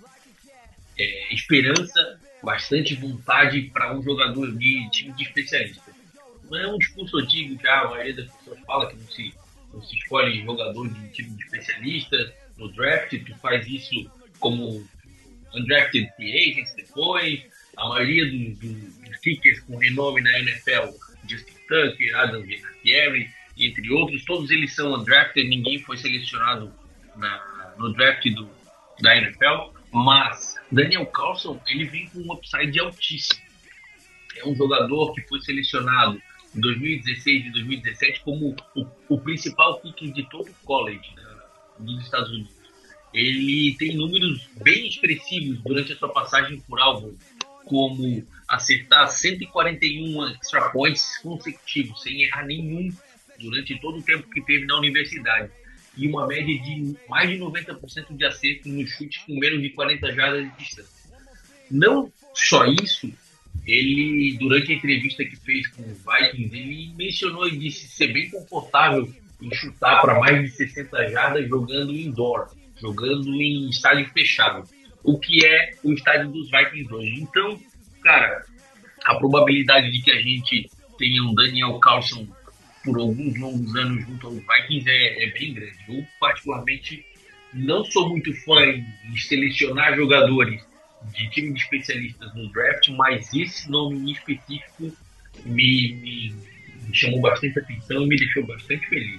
[SPEAKER 5] esperança, bastante vontade para um jogador de time de especialista. Não é um discurso antigo já, a maioria das pessoas fala que não se escolhe jogador de time de especialista no draft, tu faz isso como undrafted free agents depois. A maioria dos kickers com renome na NFL, Justin Tucker, Adam Vinatieri, entre outros, todos eles são undrafted, ninguém foi selecionado no draft da NFL, mas Daniel Carlson, ele vem com um upside altíssimo. É um jogador que foi selecionado em 2016 e 2017 como o principal kicker de todo o college dos Estados Unidos. Ele tem números bem expressivos durante a sua passagem por Auburn, como acertar 141 extra points consecutivos, sem errar nenhum, durante todo o tempo que teve na universidade, e uma média de mais de 90% de acerto nos chutes com menos de 40 jardas de distância. Não só isso, ele, durante a entrevista que fez com os Vikings, ele mencionou e disse ser bem confortável em chutar para mais de 60 jardas jogando indoor, jogando em estádio fechado, o que é o estádio dos Vikings hoje. Então, cara, a probabilidade de que a gente tenha um Daniel Carlson por alguns longos anos junto aos Vikings é bem grande. Eu, particularmente, não sou muito fã de selecionar jogadores de time de especialistas no draft, mas esse nome em específico me chamou bastante atenção e me deixou bastante feliz.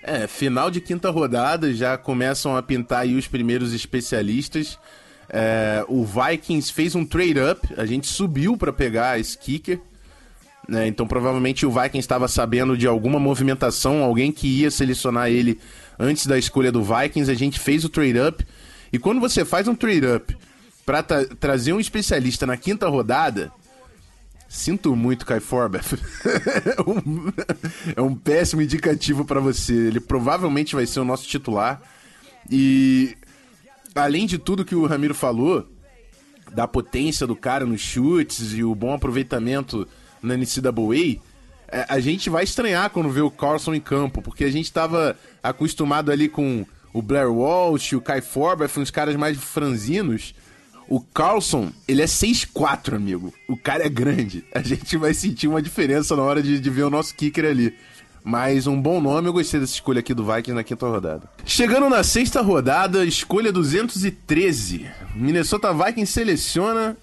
[SPEAKER 4] Final de quinta rodada, já começam a pintar aí os primeiros especialistas. O Vikings fez um trade-up, a gente subiu para pegar esse kicker, né? Então provavelmente o Vikings estava sabendo de alguma movimentação, alguém que ia selecionar ele antes da escolha do Vikings, a gente fez o trade-up. E quando você faz um trade-up para trazer um especialista na quinta rodada, sinto muito, Kai Forbath. É um péssimo indicativo para você. Ele provavelmente vai ser o nosso titular. E além de tudo que o Ramiro falou, da potência do cara nos chutes e o bom aproveitamento na NCAA, a gente vai estranhar quando vê o Carlson em campo, porque a gente estava acostumado ali com o Blair Walsh, o Kai Forbath, uns caras mais franzinos. O Carlson, ele é 6'4", amigo. O cara é grande. A gente vai sentir uma diferença na hora de ver o nosso kicker ali. Mas um bom nome, eu gostei dessa escolha aqui do Vikings na quinta rodada. Chegando na sexta rodada, escolha 213. Minnesota Vikings seleciona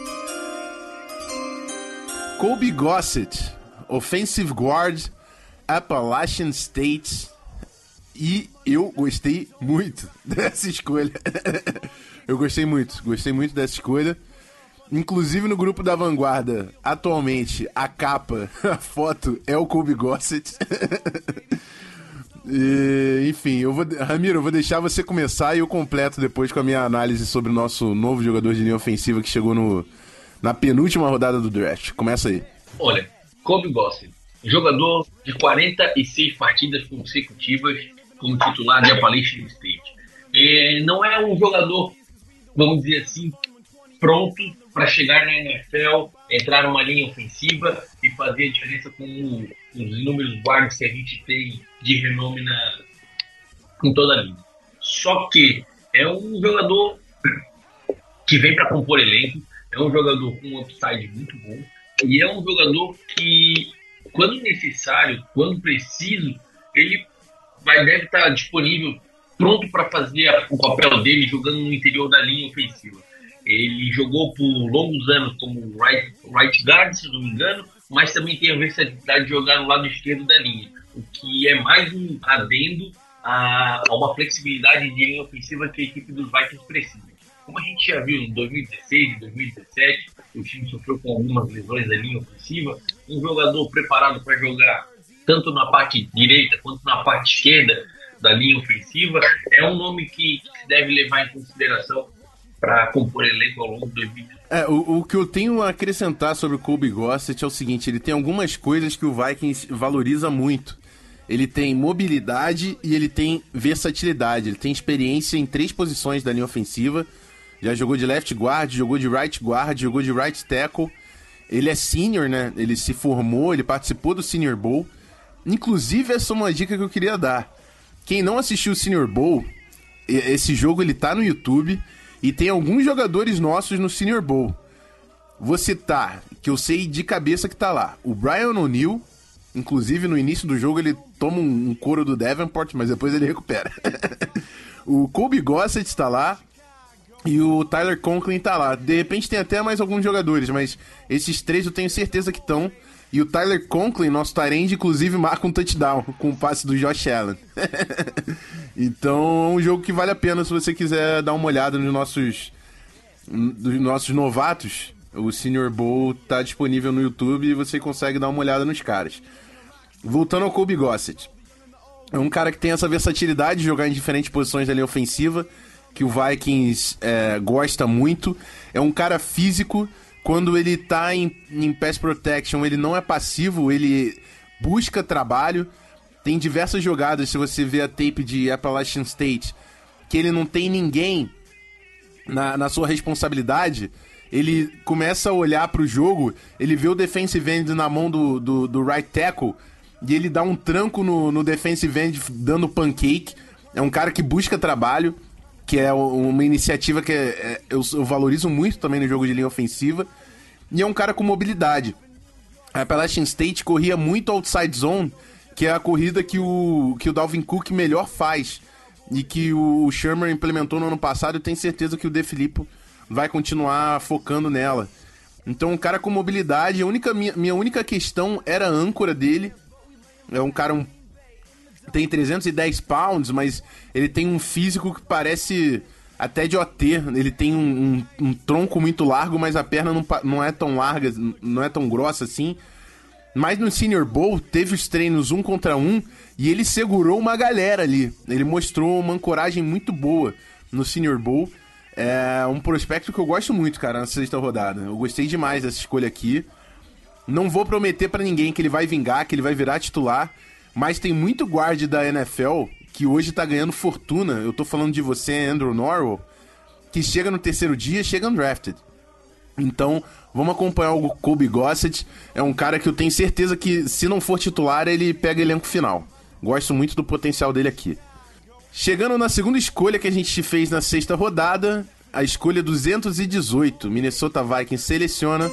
[SPEAKER 4] Colby Gossett, offensive guard, Appalachian State. E eu gostei muito dessa escolha. Eu gostei muito dessa escolha. Inclusive no grupo da Vanguarda, atualmente, a capa, a foto é o Colby Gossett. Enfim, Ramiro, eu vou deixar você começar e eu completo depois com a minha análise sobre o nosso novo jogador de linha ofensiva que chegou na penúltima rodada do draft. Começa aí.
[SPEAKER 5] Olha, Colby Gossett, jogador de 46 partidas consecutivas como titular de Appalachian State. Não é um jogador, vamos dizer assim, pronto para chegar na NFL, entrar numa linha ofensiva e fazer a diferença com os inúmeros guardas que a gente tem de renome em toda a liga. Só que é um jogador que vem para compor elenco, é um jogador com um upside muito bom e é um jogador que, quando necessário, quando preciso, ele deve estar disponível, pronto para fazer o papel dele jogando no interior da linha ofensiva. Ele jogou por longos anos como right guard, se não me engano, mas também tem a versatilidade de jogar no lado esquerdo da linha, o que é mais um adendo a uma flexibilidade de linha ofensiva que a equipe dos Vikings precisa. Como a gente já viu em 2016 e 2017, o time sofreu com algumas lesões da linha ofensiva, um jogador preparado para jogar tanto na parte direita quanto na parte esquerda da linha ofensiva é um nome que se deve levar em consideração para compor elenco ao longo de 2020.
[SPEAKER 4] O que eu tenho a acrescentar sobre o Colby Gossett é o seguinte: ele tem algumas coisas que o Vikings valoriza muito. Ele tem mobilidade e ele tem versatilidade. Ele tem experiência em 3 posições da linha ofensiva. Já jogou de left guard, jogou de right guard, jogou de right tackle. Ele é senior, né? Ele se formou, ele participou do Senior Bowl. Inclusive, essa é uma dica que eu queria dar. Quem não assistiu o Senior Bowl, esse jogo ele tá no YouTube e tem alguns jogadores nossos no Senior Bowl. Vou citar, que eu sei de cabeça que tá lá. O Brian O'Neill, inclusive no início do jogo ele toma um couro do Davenport, mas depois ele recupera. O Colby Gossett está lá e o Tyler Conklin tá lá. De repente tem até mais alguns jogadores, mas esses 3 eu tenho certeza que estão. E o Tyler Conklin, nosso tight end, inclusive marca um touchdown com o passe do Josh Allen. Então é um jogo que vale a pena se você quiser dar uma olhada dos nossos novatos. O Senior Bowl tá disponível no YouTube e você consegue dar uma olhada nos caras. Voltando ao Colby Gossett. É um cara que tem essa versatilidade de jogar em diferentes posições da linha ofensiva, que o Vikings gosta muito. É um cara físico. Quando ele tá em pass protection, ele não é passivo, ele busca trabalho. Tem diversas jogadas, se você ver a tape de Appalachian State, que ele não tem ninguém na sua responsabilidade. Ele começa a olhar pro jogo, ele vê o defensive end na mão do right tackle, e ele dá um tranco no defensive end dando pancake. É um cara que busca trabalho, que é uma iniciativa que eu valorizo muito também no jogo de linha ofensiva, e é um cara com mobilidade. A Appalachian State corria muito outside zone, que é a corrida que o Dalvin Cook melhor faz, e que o Shermer implementou no ano passado, e tenho certeza que o De Filippo vai continuar focando nela. Então, um cara com mobilidade. Minha única questão era a âncora dele. É um cara tem 310 pounds, mas ele tem um físico que parece até de OT. Ele tem um tronco muito largo, mas a perna não é tão larga, não é tão grossa assim. Mas no Senior Bowl, teve os treinos 1 contra 1 e ele segurou uma galera ali. Ele mostrou uma ancoragem muito boa no Senior Bowl. É um prospecto que eu gosto muito, cara, na sexta rodada. Eu gostei demais dessa escolha aqui. Não vou prometer pra ninguém que ele vai vingar, que ele vai virar titular, mas tem muito guard da NFL que hoje tá ganhando fortuna. Eu tô falando de você, Andrew Norwell, que chega no terceiro dia, chega undrafted. Então, vamos acompanhar o Colby Gossett. É um cara que eu tenho certeza que, se não for titular, ele pega elenco final. Gosto muito do potencial dele aqui. Chegando na segunda escolha que a gente fez na sexta rodada, a escolha 218. Minnesota Vikings seleciona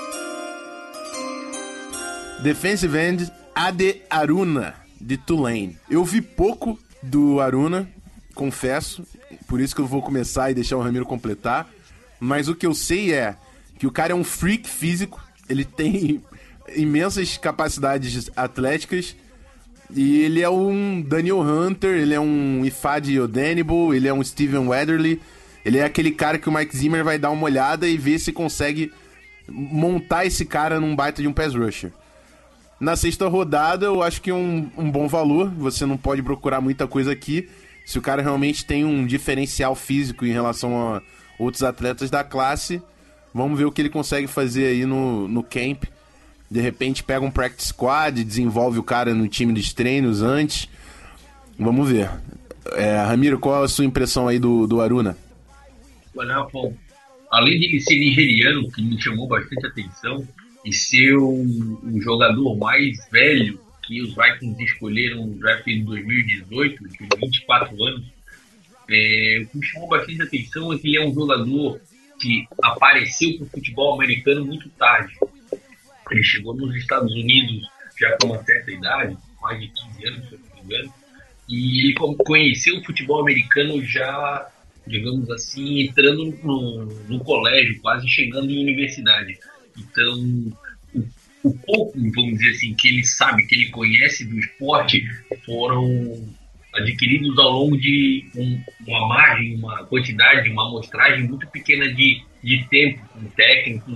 [SPEAKER 4] defensive end Ade Aruna, de Tulane. Eu vi pouco do Aruna, confesso, por isso que eu vou começar e deixar o Ramiro completar. Mas o que eu sei é que o cara é um freak físico, ele tem imensas capacidades atléticas, e ele é um Daniel Hunter, ele é um Ifeadi Odenigbo, ele é um Steven Weatherly, ele é aquele cara que o Mike Zimmer vai dar uma olhada e ver se consegue montar esse cara num baita de um pass rusher. Na sexta rodada, eu acho que é um bom valor, você não pode procurar muita coisa aqui, se o cara realmente tem um diferencial físico em relação a outros atletas da classe. Vamos ver o que ele consegue fazer aí no camp. De repente pega um practice squad, desenvolve o cara no time dos treinos antes. Vamos ver. Ramiro, qual a sua impressão aí do Aruna?
[SPEAKER 5] Olha, Rafael, além de ele ser nigeriano, que me chamou bastante atenção, e ser um jogador mais velho que os Vikings escolheram no draft de 2018, de 24 anos, o que me chamou bastante atenção é que ele é um jogador que apareceu para o futebol americano muito tarde. Ele chegou nos Estados Unidos já com uma certa idade, mais de 15 anos, se eu não me engano, e ele conheceu o futebol americano já, digamos assim, entrando no colégio, quase chegando em universidade. Então, o pouco, vamos dizer assim, que ele sabe, que ele conhece do esporte, foram adquiridos ao longo de uma margem, uma quantidade, uma amostragem muito pequena de tempo, com técnicos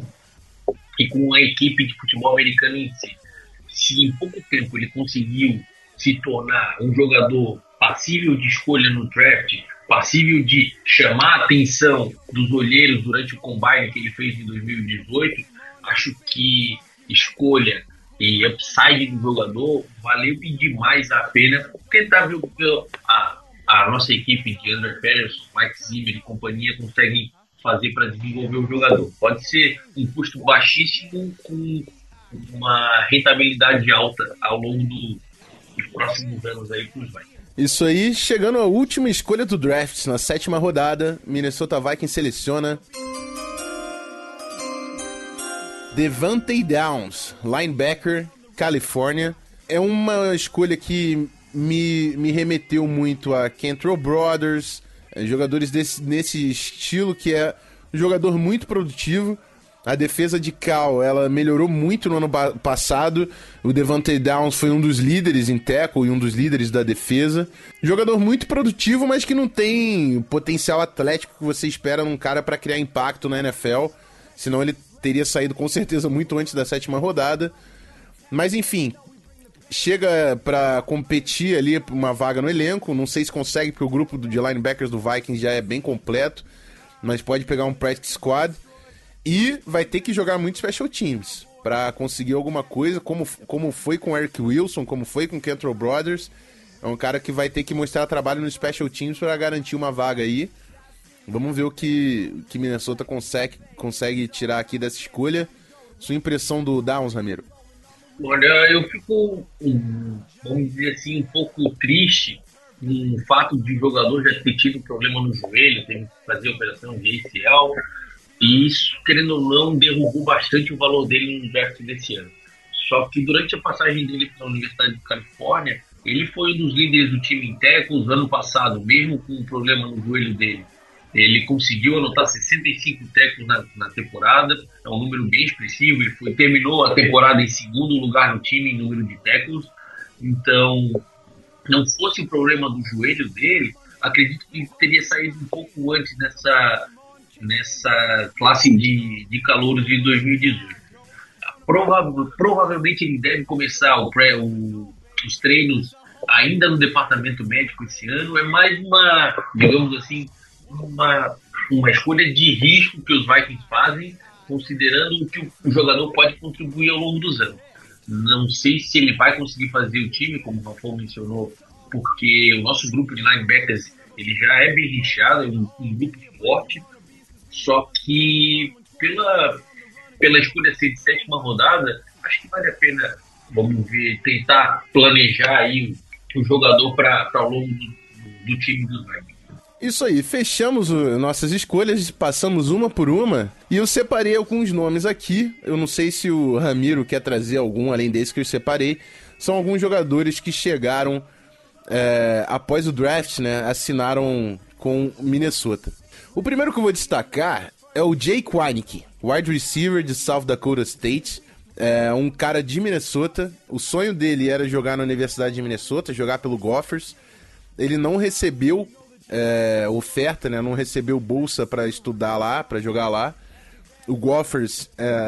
[SPEAKER 5] e com a equipe de futebol americano em si. Se em pouco tempo ele conseguiu se tornar um jogador passível de escolha no draft, passível de chamar a atenção dos olheiros durante o combine que ele fez em 2018, acho que escolha e upside do jogador valeu demais a pena tentar ver o que a nossa equipe de Andrew Patterson, Mike Zimmer e companhia conseguem fazer para desenvolver o jogador. Pode ser um custo baixíssimo com uma rentabilidade alta ao longo dos próximos anos aí para os Vikings.
[SPEAKER 4] Isso aí, chegando à última escolha do draft, na sétima rodada, Minnesota Vikings seleciona Devante Downs, linebacker, Califórnia. É uma escolha que me remeteu muito a Cantrell Brothers, jogadores nesse estilo, que é um jogador muito produtivo. A defesa de Cal, ela melhorou muito no ano passado. O Devante Downs foi um dos líderes em tackle e um dos líderes da defesa. Jogador muito produtivo, mas que não tem o potencial atlético que você espera num cara para criar impacto na NFL. Senão ele teria saído com certeza muito antes da sétima rodada. Mas enfim, chega para competir ali por uma vaga no elenco. Não sei se consegue, porque o grupo de linebackers do Vikings já é bem completo. Mas pode pegar um practice squad. E vai ter que jogar muito special teams para conseguir alguma coisa, como foi com Eric Wilson, como foi com Cantrell Brothers. É um cara que vai ter que mostrar trabalho no special teams para garantir uma vaga aí. Vamos ver o que Minnesota consegue tirar aqui dessa escolha. Sua impressão do Downs, Ramiro?
[SPEAKER 5] Olha, eu fico, vamos dizer assim, um pouco triste com o fato de o jogador já ter tido problema no joelho, ter que fazer operação de ACL. E isso, querendo ou não, derrubou bastante o valor dele no draft desse ano. Só que durante a passagem dele para a Universidade de Califórnia, ele foi um dos líderes do time em tackles ano passado, mesmo com um problema no joelho dele. Ele conseguiu anotar 65 tackles na temporada, é um número bem expressivo. Ele terminou a temporada em segundo lugar no time em número de tackles. Então, não fosse o problema do joelho dele, acredito que ele teria saído um pouco antes nessa classe de calouros de 2018. Provavelmente ele deve começar os treinos ainda no departamento médico esse ano. É mais uma, digamos assim, uma escolha de risco que os Vikings fazem, considerando o que o jogador pode contribuir ao longo dos anos. Não sei se ele vai conseguir fazer o time, como o Rafael mencionou, porque o nosso grupo de linebackers ele já é bem recheado, é um grupo forte, só que pela escolha ser de 7ª rodada, acho que vale a pena, vamos ver, tentar planejar aí o jogador para ao longo do time dos Vikings.
[SPEAKER 4] Isso aí, fechamos nossas escolhas, passamos uma por uma, e eu separei alguns nomes aqui. Eu não sei se o Ramiro quer trazer algum, além desse que eu separei. São alguns jogadores que chegaram após o draft, né, assinaram com Minnesota. O primeiro que eu vou destacar é o Jake Wieneke, wide receiver de South Dakota State. É um cara de Minnesota. O sonho dele era jogar na Universidade de Minnesota, jogar pelo Gophers. Ele não recebeu oferta, né? Não recebeu bolsa para estudar lá, para jogar lá. O Gophers,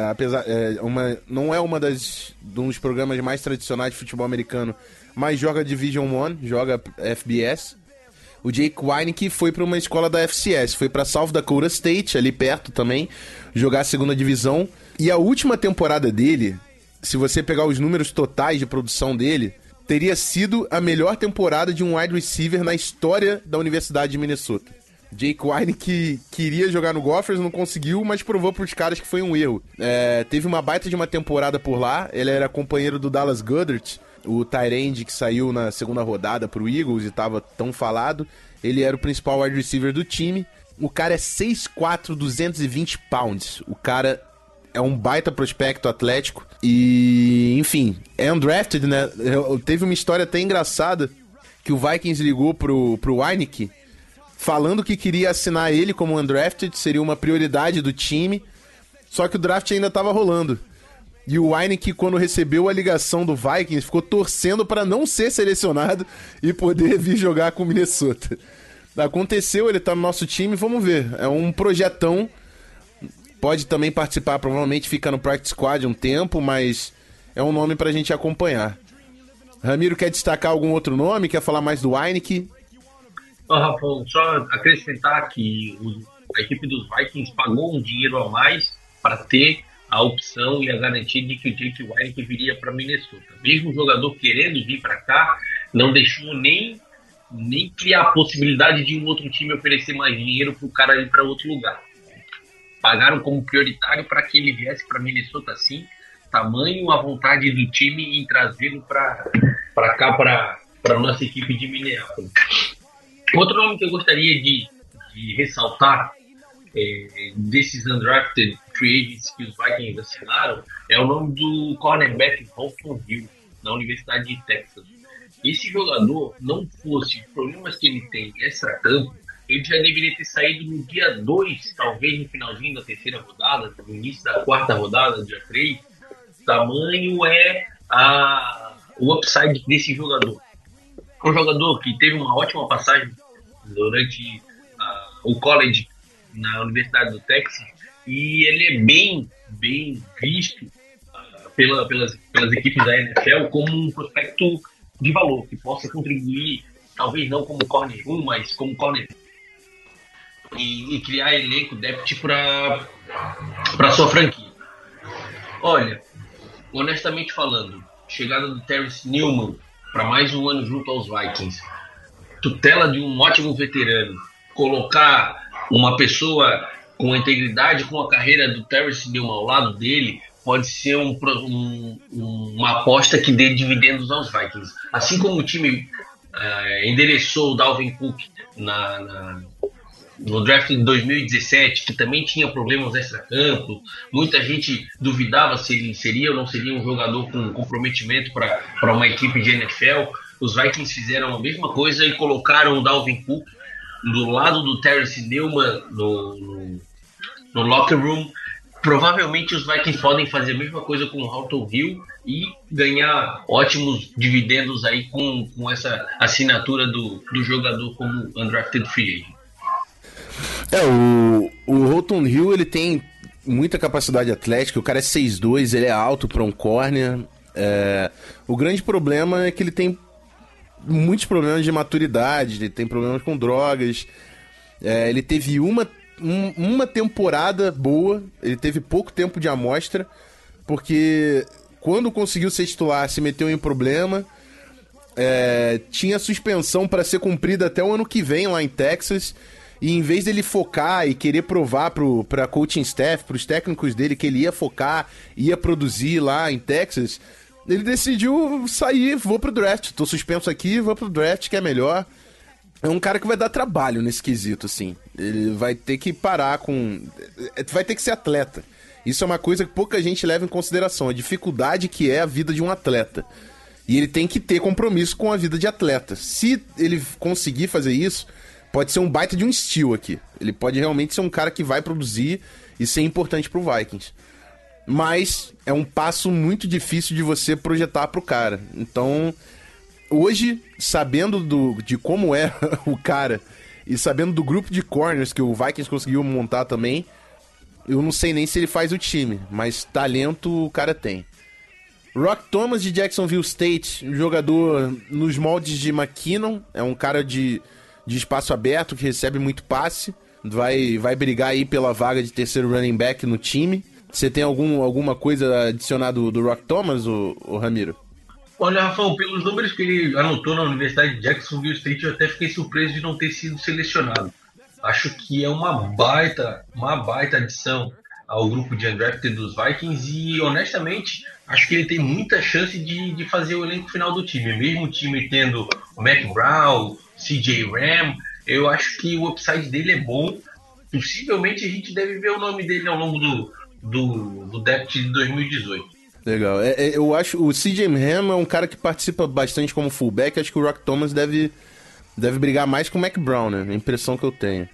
[SPEAKER 4] não é um dos programas mais tradicionais de futebol americano, mas joga Division I, joga FBS. O Jake Wieneke foi para uma escola da FCS, foi para South Dakota State, ali perto também, jogar a 2ª divisão. E a última temporada dele, se você pegar os números totais de produção dele, teria sido a melhor temporada de um wide receiver na história da Universidade de Minnesota. Jake Wieneke queria jogar no Gophers, não conseguiu, mas provou para os caras que foi um erro. Teve uma baita de uma temporada por lá, ele era companheiro do Dallas Goedert, o tight end que saiu na 2ª rodada pro Eagles e tava tão falado. Ele era o principal wide receiver do time. O cara é 6'4", 220 pounds. O cara é um baita prospecto atlético e, enfim, é undrafted, né? Teve uma história até engraçada que o Vikings ligou pro Wieneke falando que queria assinar ele como undrafted, seria uma prioridade do time, só que o draft ainda tava rolando. E o Wieneke, quando recebeu a ligação do Vikings, ficou torcendo para não ser selecionado e poder vir jogar com o Minnesota. Aconteceu, ele tá no nosso time, vamos ver. É um projetão. Pode também participar, provavelmente fica no practice squad um tempo, mas é um nome pra gente acompanhar. Ramiro, quer destacar algum outro nome? Quer falar mais do Wieneke?
[SPEAKER 5] Rafael, só acrescentar que a equipe dos Vikings pagou um dinheiro a mais para ter a opção e a garantia de que o Jake Wieneke viria para Minnesota. Mesmo o jogador querendo vir para cá, não deixou nem criar a possibilidade de um outro time oferecer mais dinheiro para o cara ir para outro lugar. Pagaram como prioritário para que ele viesse para Minnesota assim, tamanho a vontade do time em trazê-lo para cá, para a nossa equipe de Minneapolis. Outro nome que eu gostaria de ressaltar desses undrafted free agents que os Vikings assinaram é o nome do cornerback Holton Hill, na Universidade de Texas. Esse jogador, não fosse os problemas que ele tem extra-campo, ele já deveria ter saído no dia 2, talvez no finalzinho da 3ª rodada, no início da 4ª rodada, dia 3. Tamanho é o upside desse jogador. Um jogador que teve uma ótima passagem durante o college na Universidade do Texas, e ele é bem visto pelas equipes da NFL como um prospecto de valor, que possa contribuir, talvez não como corner 1, mas como corner e criar elenco depth para sua franquia. Olha, honestamente falando, chegada do Terrence Newman para mais um ano junto aos Vikings, tutela de um ótimo veterano, colocar uma pessoa com a integridade, com a carreira do Terrence Newman ao lado dele, pode ser uma aposta que dê dividendos aos Vikings. Assim como o time endereçou o Dalvin Cook no draft de 2017, que também tinha problemas extra-campo, muita gente duvidava se ele seria ou não seria um jogador com comprometimento para uma equipe de NFL. Os Vikings fizeram a mesma coisa e colocaram o Dalvin Cook do lado do Terrence Newman no locker room, provavelmente os Vikings podem fazer a mesma coisa com o Halton Hill e ganhar ótimos dividendos aí com essa assinatura do jogador como undrafted free agent.
[SPEAKER 4] O Halton Hill, ele tem muita capacidade atlética, o cara é 6'2", ele é alto para um corner. O grande problema é que ele tem muitos problemas de maturidade, ele tem problemas com drogas. Ele teve uma temporada boa, ele teve pouco tempo de amostra, porque quando conseguiu ser titular se meteu em problema. Tinha suspensão para ser cumprida até o ano que vem lá em Texas. E em vez dele focar e querer provar pra coaching staff, pros técnicos dele que ele ia focar, ia produzir lá em Texas, ele decidiu sair, vou pro draft. Tô suspenso aqui, vou pro draft, que é melhor. É um cara que vai dar trabalho nesse quesito, assim. Ele vai ter que parar com... Vai ter que ser atleta. Isso é uma coisa que pouca gente leva em consideração, a dificuldade que é a vida de um atleta. E ele tem que ter compromisso com a vida de atleta. Se ele conseguir fazer isso, pode ser um baita de um steal aqui. Ele pode realmente ser um cara que vai produzir e ser importante pro Vikings. Mas é um passo muito difícil de você projetar pro cara. Então, hoje, sabendo de como é o cara e sabendo do grupo de corners que o Vikings conseguiu montar também, eu não sei nem se ele faz o time, mas talento o cara tem. Rock Thomas de Jacksonville State, jogador nos moldes de McKinnon, é um cara de espaço aberto, que recebe muito passe, vai brigar aí pela vaga de terceiro running back no time. Você tem alguma coisa adicionada do Rock Thomas, ou Ramiro?
[SPEAKER 5] Olha, Rafael, pelos números que ele anotou na Universidade de Jacksonville State, eu até fiquei surpreso de não ter sido selecionado. Acho que é uma baita adição ao grupo de undrafted dos Vikings e, honestamente, acho que ele tem muita chance de fazer o elenco final do time. Mesmo o time tendo o Mac Brown, CJ Ram, eu acho que o upside dele é bom. Possivelmente a gente deve ver o nome dele ao longo do depth de 2018.
[SPEAKER 4] Legal. Eu acho o CJ Ram é um cara que participa bastante como fullback. Acho que o Rock Thomas deve brigar mais com o Mac Brown, né? A impressão que eu tenho.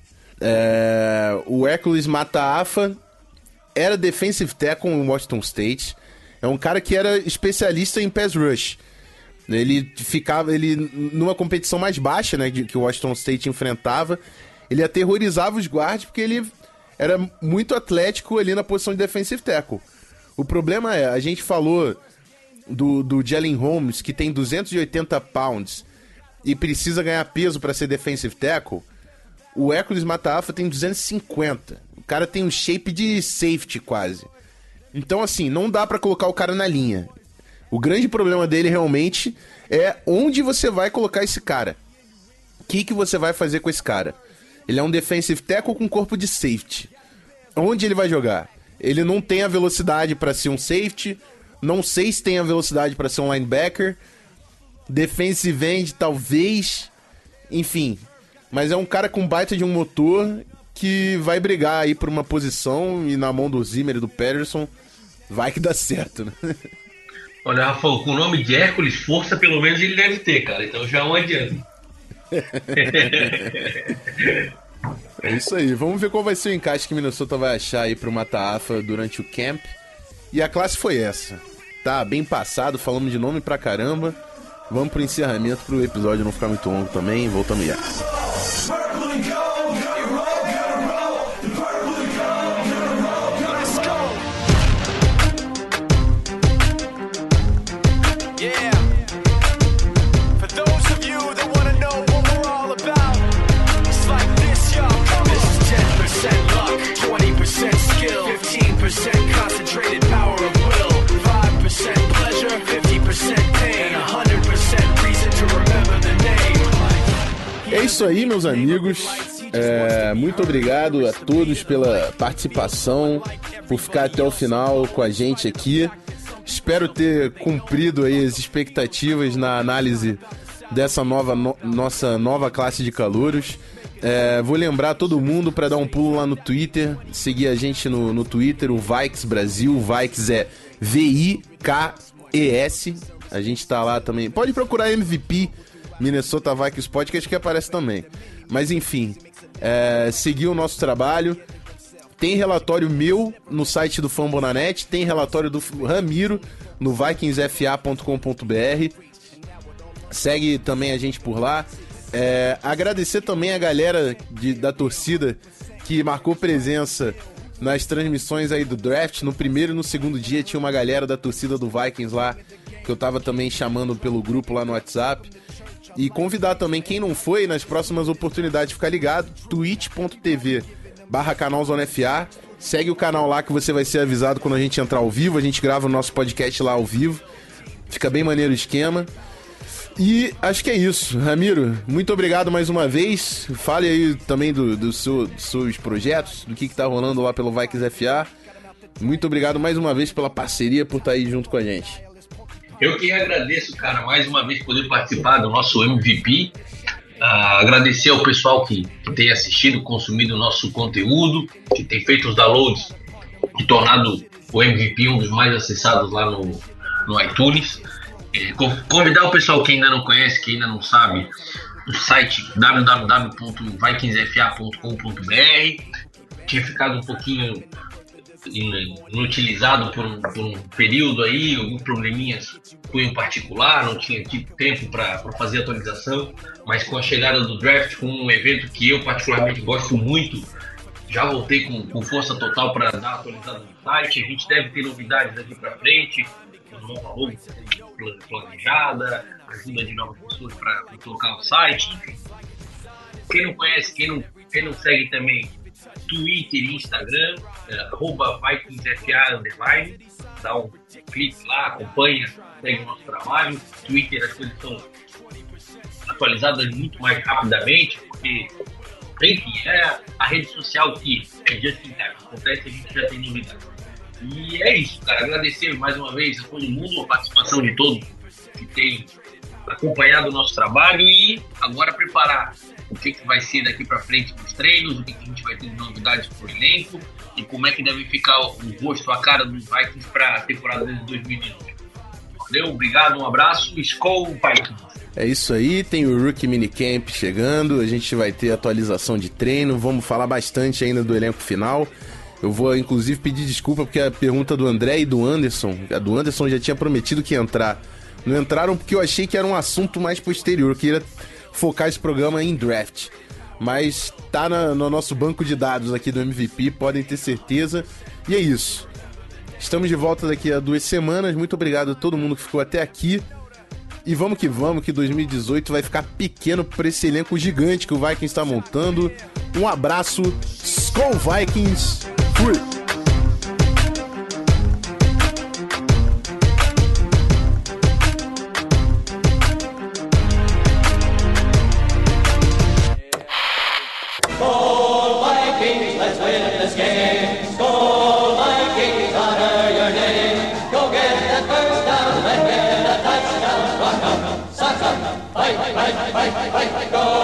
[SPEAKER 4] O Hercules Mataafa era defensive tackle em Washington State. É um cara que era especialista em pass rush. Ele numa competição mais baixa, né, que o Washington State enfrentava, ele aterrorizava os guards porque ele era muito atlético ali na posição de defensive tackle. O problema a gente falou do Jalen Holmes, que tem 280 pounds e precisa ganhar peso para ser defensive tackle. O Hercules Mataafa tem 250. O cara tem um shape de safety quase. Então, assim, não dá pra colocar o cara na linha. O grande problema dele realmente é onde você vai colocar esse cara. O que você vai fazer com esse cara? Ele é um defensive tackle com corpo de safety. Onde ele vai jogar? Ele não tem a velocidade pra ser um safety. Não sei se tem a velocidade pra ser um linebacker. Defensive end, talvez. Enfim. Mas é um cara com baita de um motor que vai brigar aí por uma posição e na mão do Zimmer e do Patterson vai que dá certo, né?
[SPEAKER 5] Olha, Rafael, com o nome de Hércules, força pelo menos ele deve ter, cara. Então já não adianta.
[SPEAKER 4] É isso aí. Vamos ver qual vai ser o encaixe que Minnesota vai achar aí pro Mataafa durante o camp. E a classe foi essa. Tá bem passado, falamos de nome pra caramba. Vamos pro encerramento pro episódio não ficar muito longo também. Voltamos já.
[SPEAKER 7] Concentrated power of will, 5% pleasure, 50% pain, 100% reason to remember the name.
[SPEAKER 4] É isso aí, meus amigos. Muito obrigado a todos pela participação, por ficar até o final com a gente aqui. Espero ter cumprido aí as expectativas na análise dessa nossa nova classe de calouros. Vou lembrar todo mundo para dar um pulo lá no Twitter, seguir a gente no Twitter, o Vikes Brasil. O Vikes é VIKES. A gente tá lá também. Pode procurar MVP Minnesota Vikings Podcast que aparece também. Mas enfim, seguir o nosso trabalho. Tem relatório meu no site do Fambonanet, tem relatório do Ramiro no vikingsfa.com.br. Segue também a gente por lá. Agradecer também a galera da torcida que marcou presença nas transmissões aí do draft. No primeiro e no segundo dia tinha uma galera da torcida do Vikings lá, que eu tava também chamando pelo grupo lá no WhatsApp. E convidar também quem não foi, nas próximas oportunidades, ficar ligado, twitch.tv/canalzonefa. Segue o canal lá que você vai ser avisado quando a gente entrar ao vivo. A gente grava o nosso podcast lá ao vivo. Fica bem maneiro o esquema. E acho que é isso. Ramiro, muito obrigado mais uma vez. Fale aí também dos seus projetos, do que tá rolando lá pelo Vikings FA. Muito obrigado mais uma vez pela parceria, por estar aí junto com a gente.
[SPEAKER 5] Eu que agradeço, cara, mais uma vez poder participar do nosso MVP. Agradecer ao pessoal que tem assistido, consumido o nosso conteúdo, que tem feito os downloads e tornado o MVP um dos mais acessados lá no iTunes. Convidar o pessoal que ainda não conhece, que ainda não sabe, o site www.vikingsfa.com.br. Tinha ficado um pouquinho inutilizado por um período aí, alguns probleminhas em particular, não tinha tido tempo para fazer a atualização, mas com a chegada do draft, com um evento que eu particularmente gosto muito, já voltei com força total para dar atualizada no site. A gente deve ter novidades daqui para frente, uma planejada, ajuda de novas pessoas para colocar o site, enfim. Quem não conhece, quem não segue também, Twitter e Instagram, @VikingsFA_, dá um clique lá, acompanha, segue o nosso trabalho. Twitter as coisas são atualizadas muito mais rapidamente, porque, enfim, é a rede social que é just in time, acontece, a gente já tem novidades. E é isso, cara, agradecer mais uma vez a todo mundo, a participação de todos que tem acompanhado o nosso trabalho e agora preparar o que vai ser daqui para frente nos treinos, o que a gente vai ter de novidades pro elenco e como é que deve ficar o rosto, a cara dos Vikings para a temporada de 2018. Valeu, obrigado, um abraço, Skol Vikings!
[SPEAKER 4] É isso aí, tem o Rookie Minicamp chegando, a gente vai ter atualização de treino, vamos falar bastante ainda do elenco final. Eu vou, inclusive, pedir desculpa porque a pergunta do André e do Anderson, a do Anderson já tinha prometido que ia entrar. Não entraram porque eu achei que era um assunto mais posterior, eu queria focar esse programa em draft. Mas tá no nosso banco de dados aqui do MVP, podem ter certeza. E é isso. Estamos de volta daqui a 2 semanas. Muito obrigado a todo mundo que ficou até aqui. E vamos, que 2018 vai ficar pequeno para esse elenco gigante que o Vikings está montando. Um abraço, Skol Vikings! Fui!
[SPEAKER 8] Skol Vikings, let's win this game. Skol Vikings, honor your name. Go get that first down and get a touchdown. Rock 'em, sock 'em, fight, fight, fight, fight, fight, go.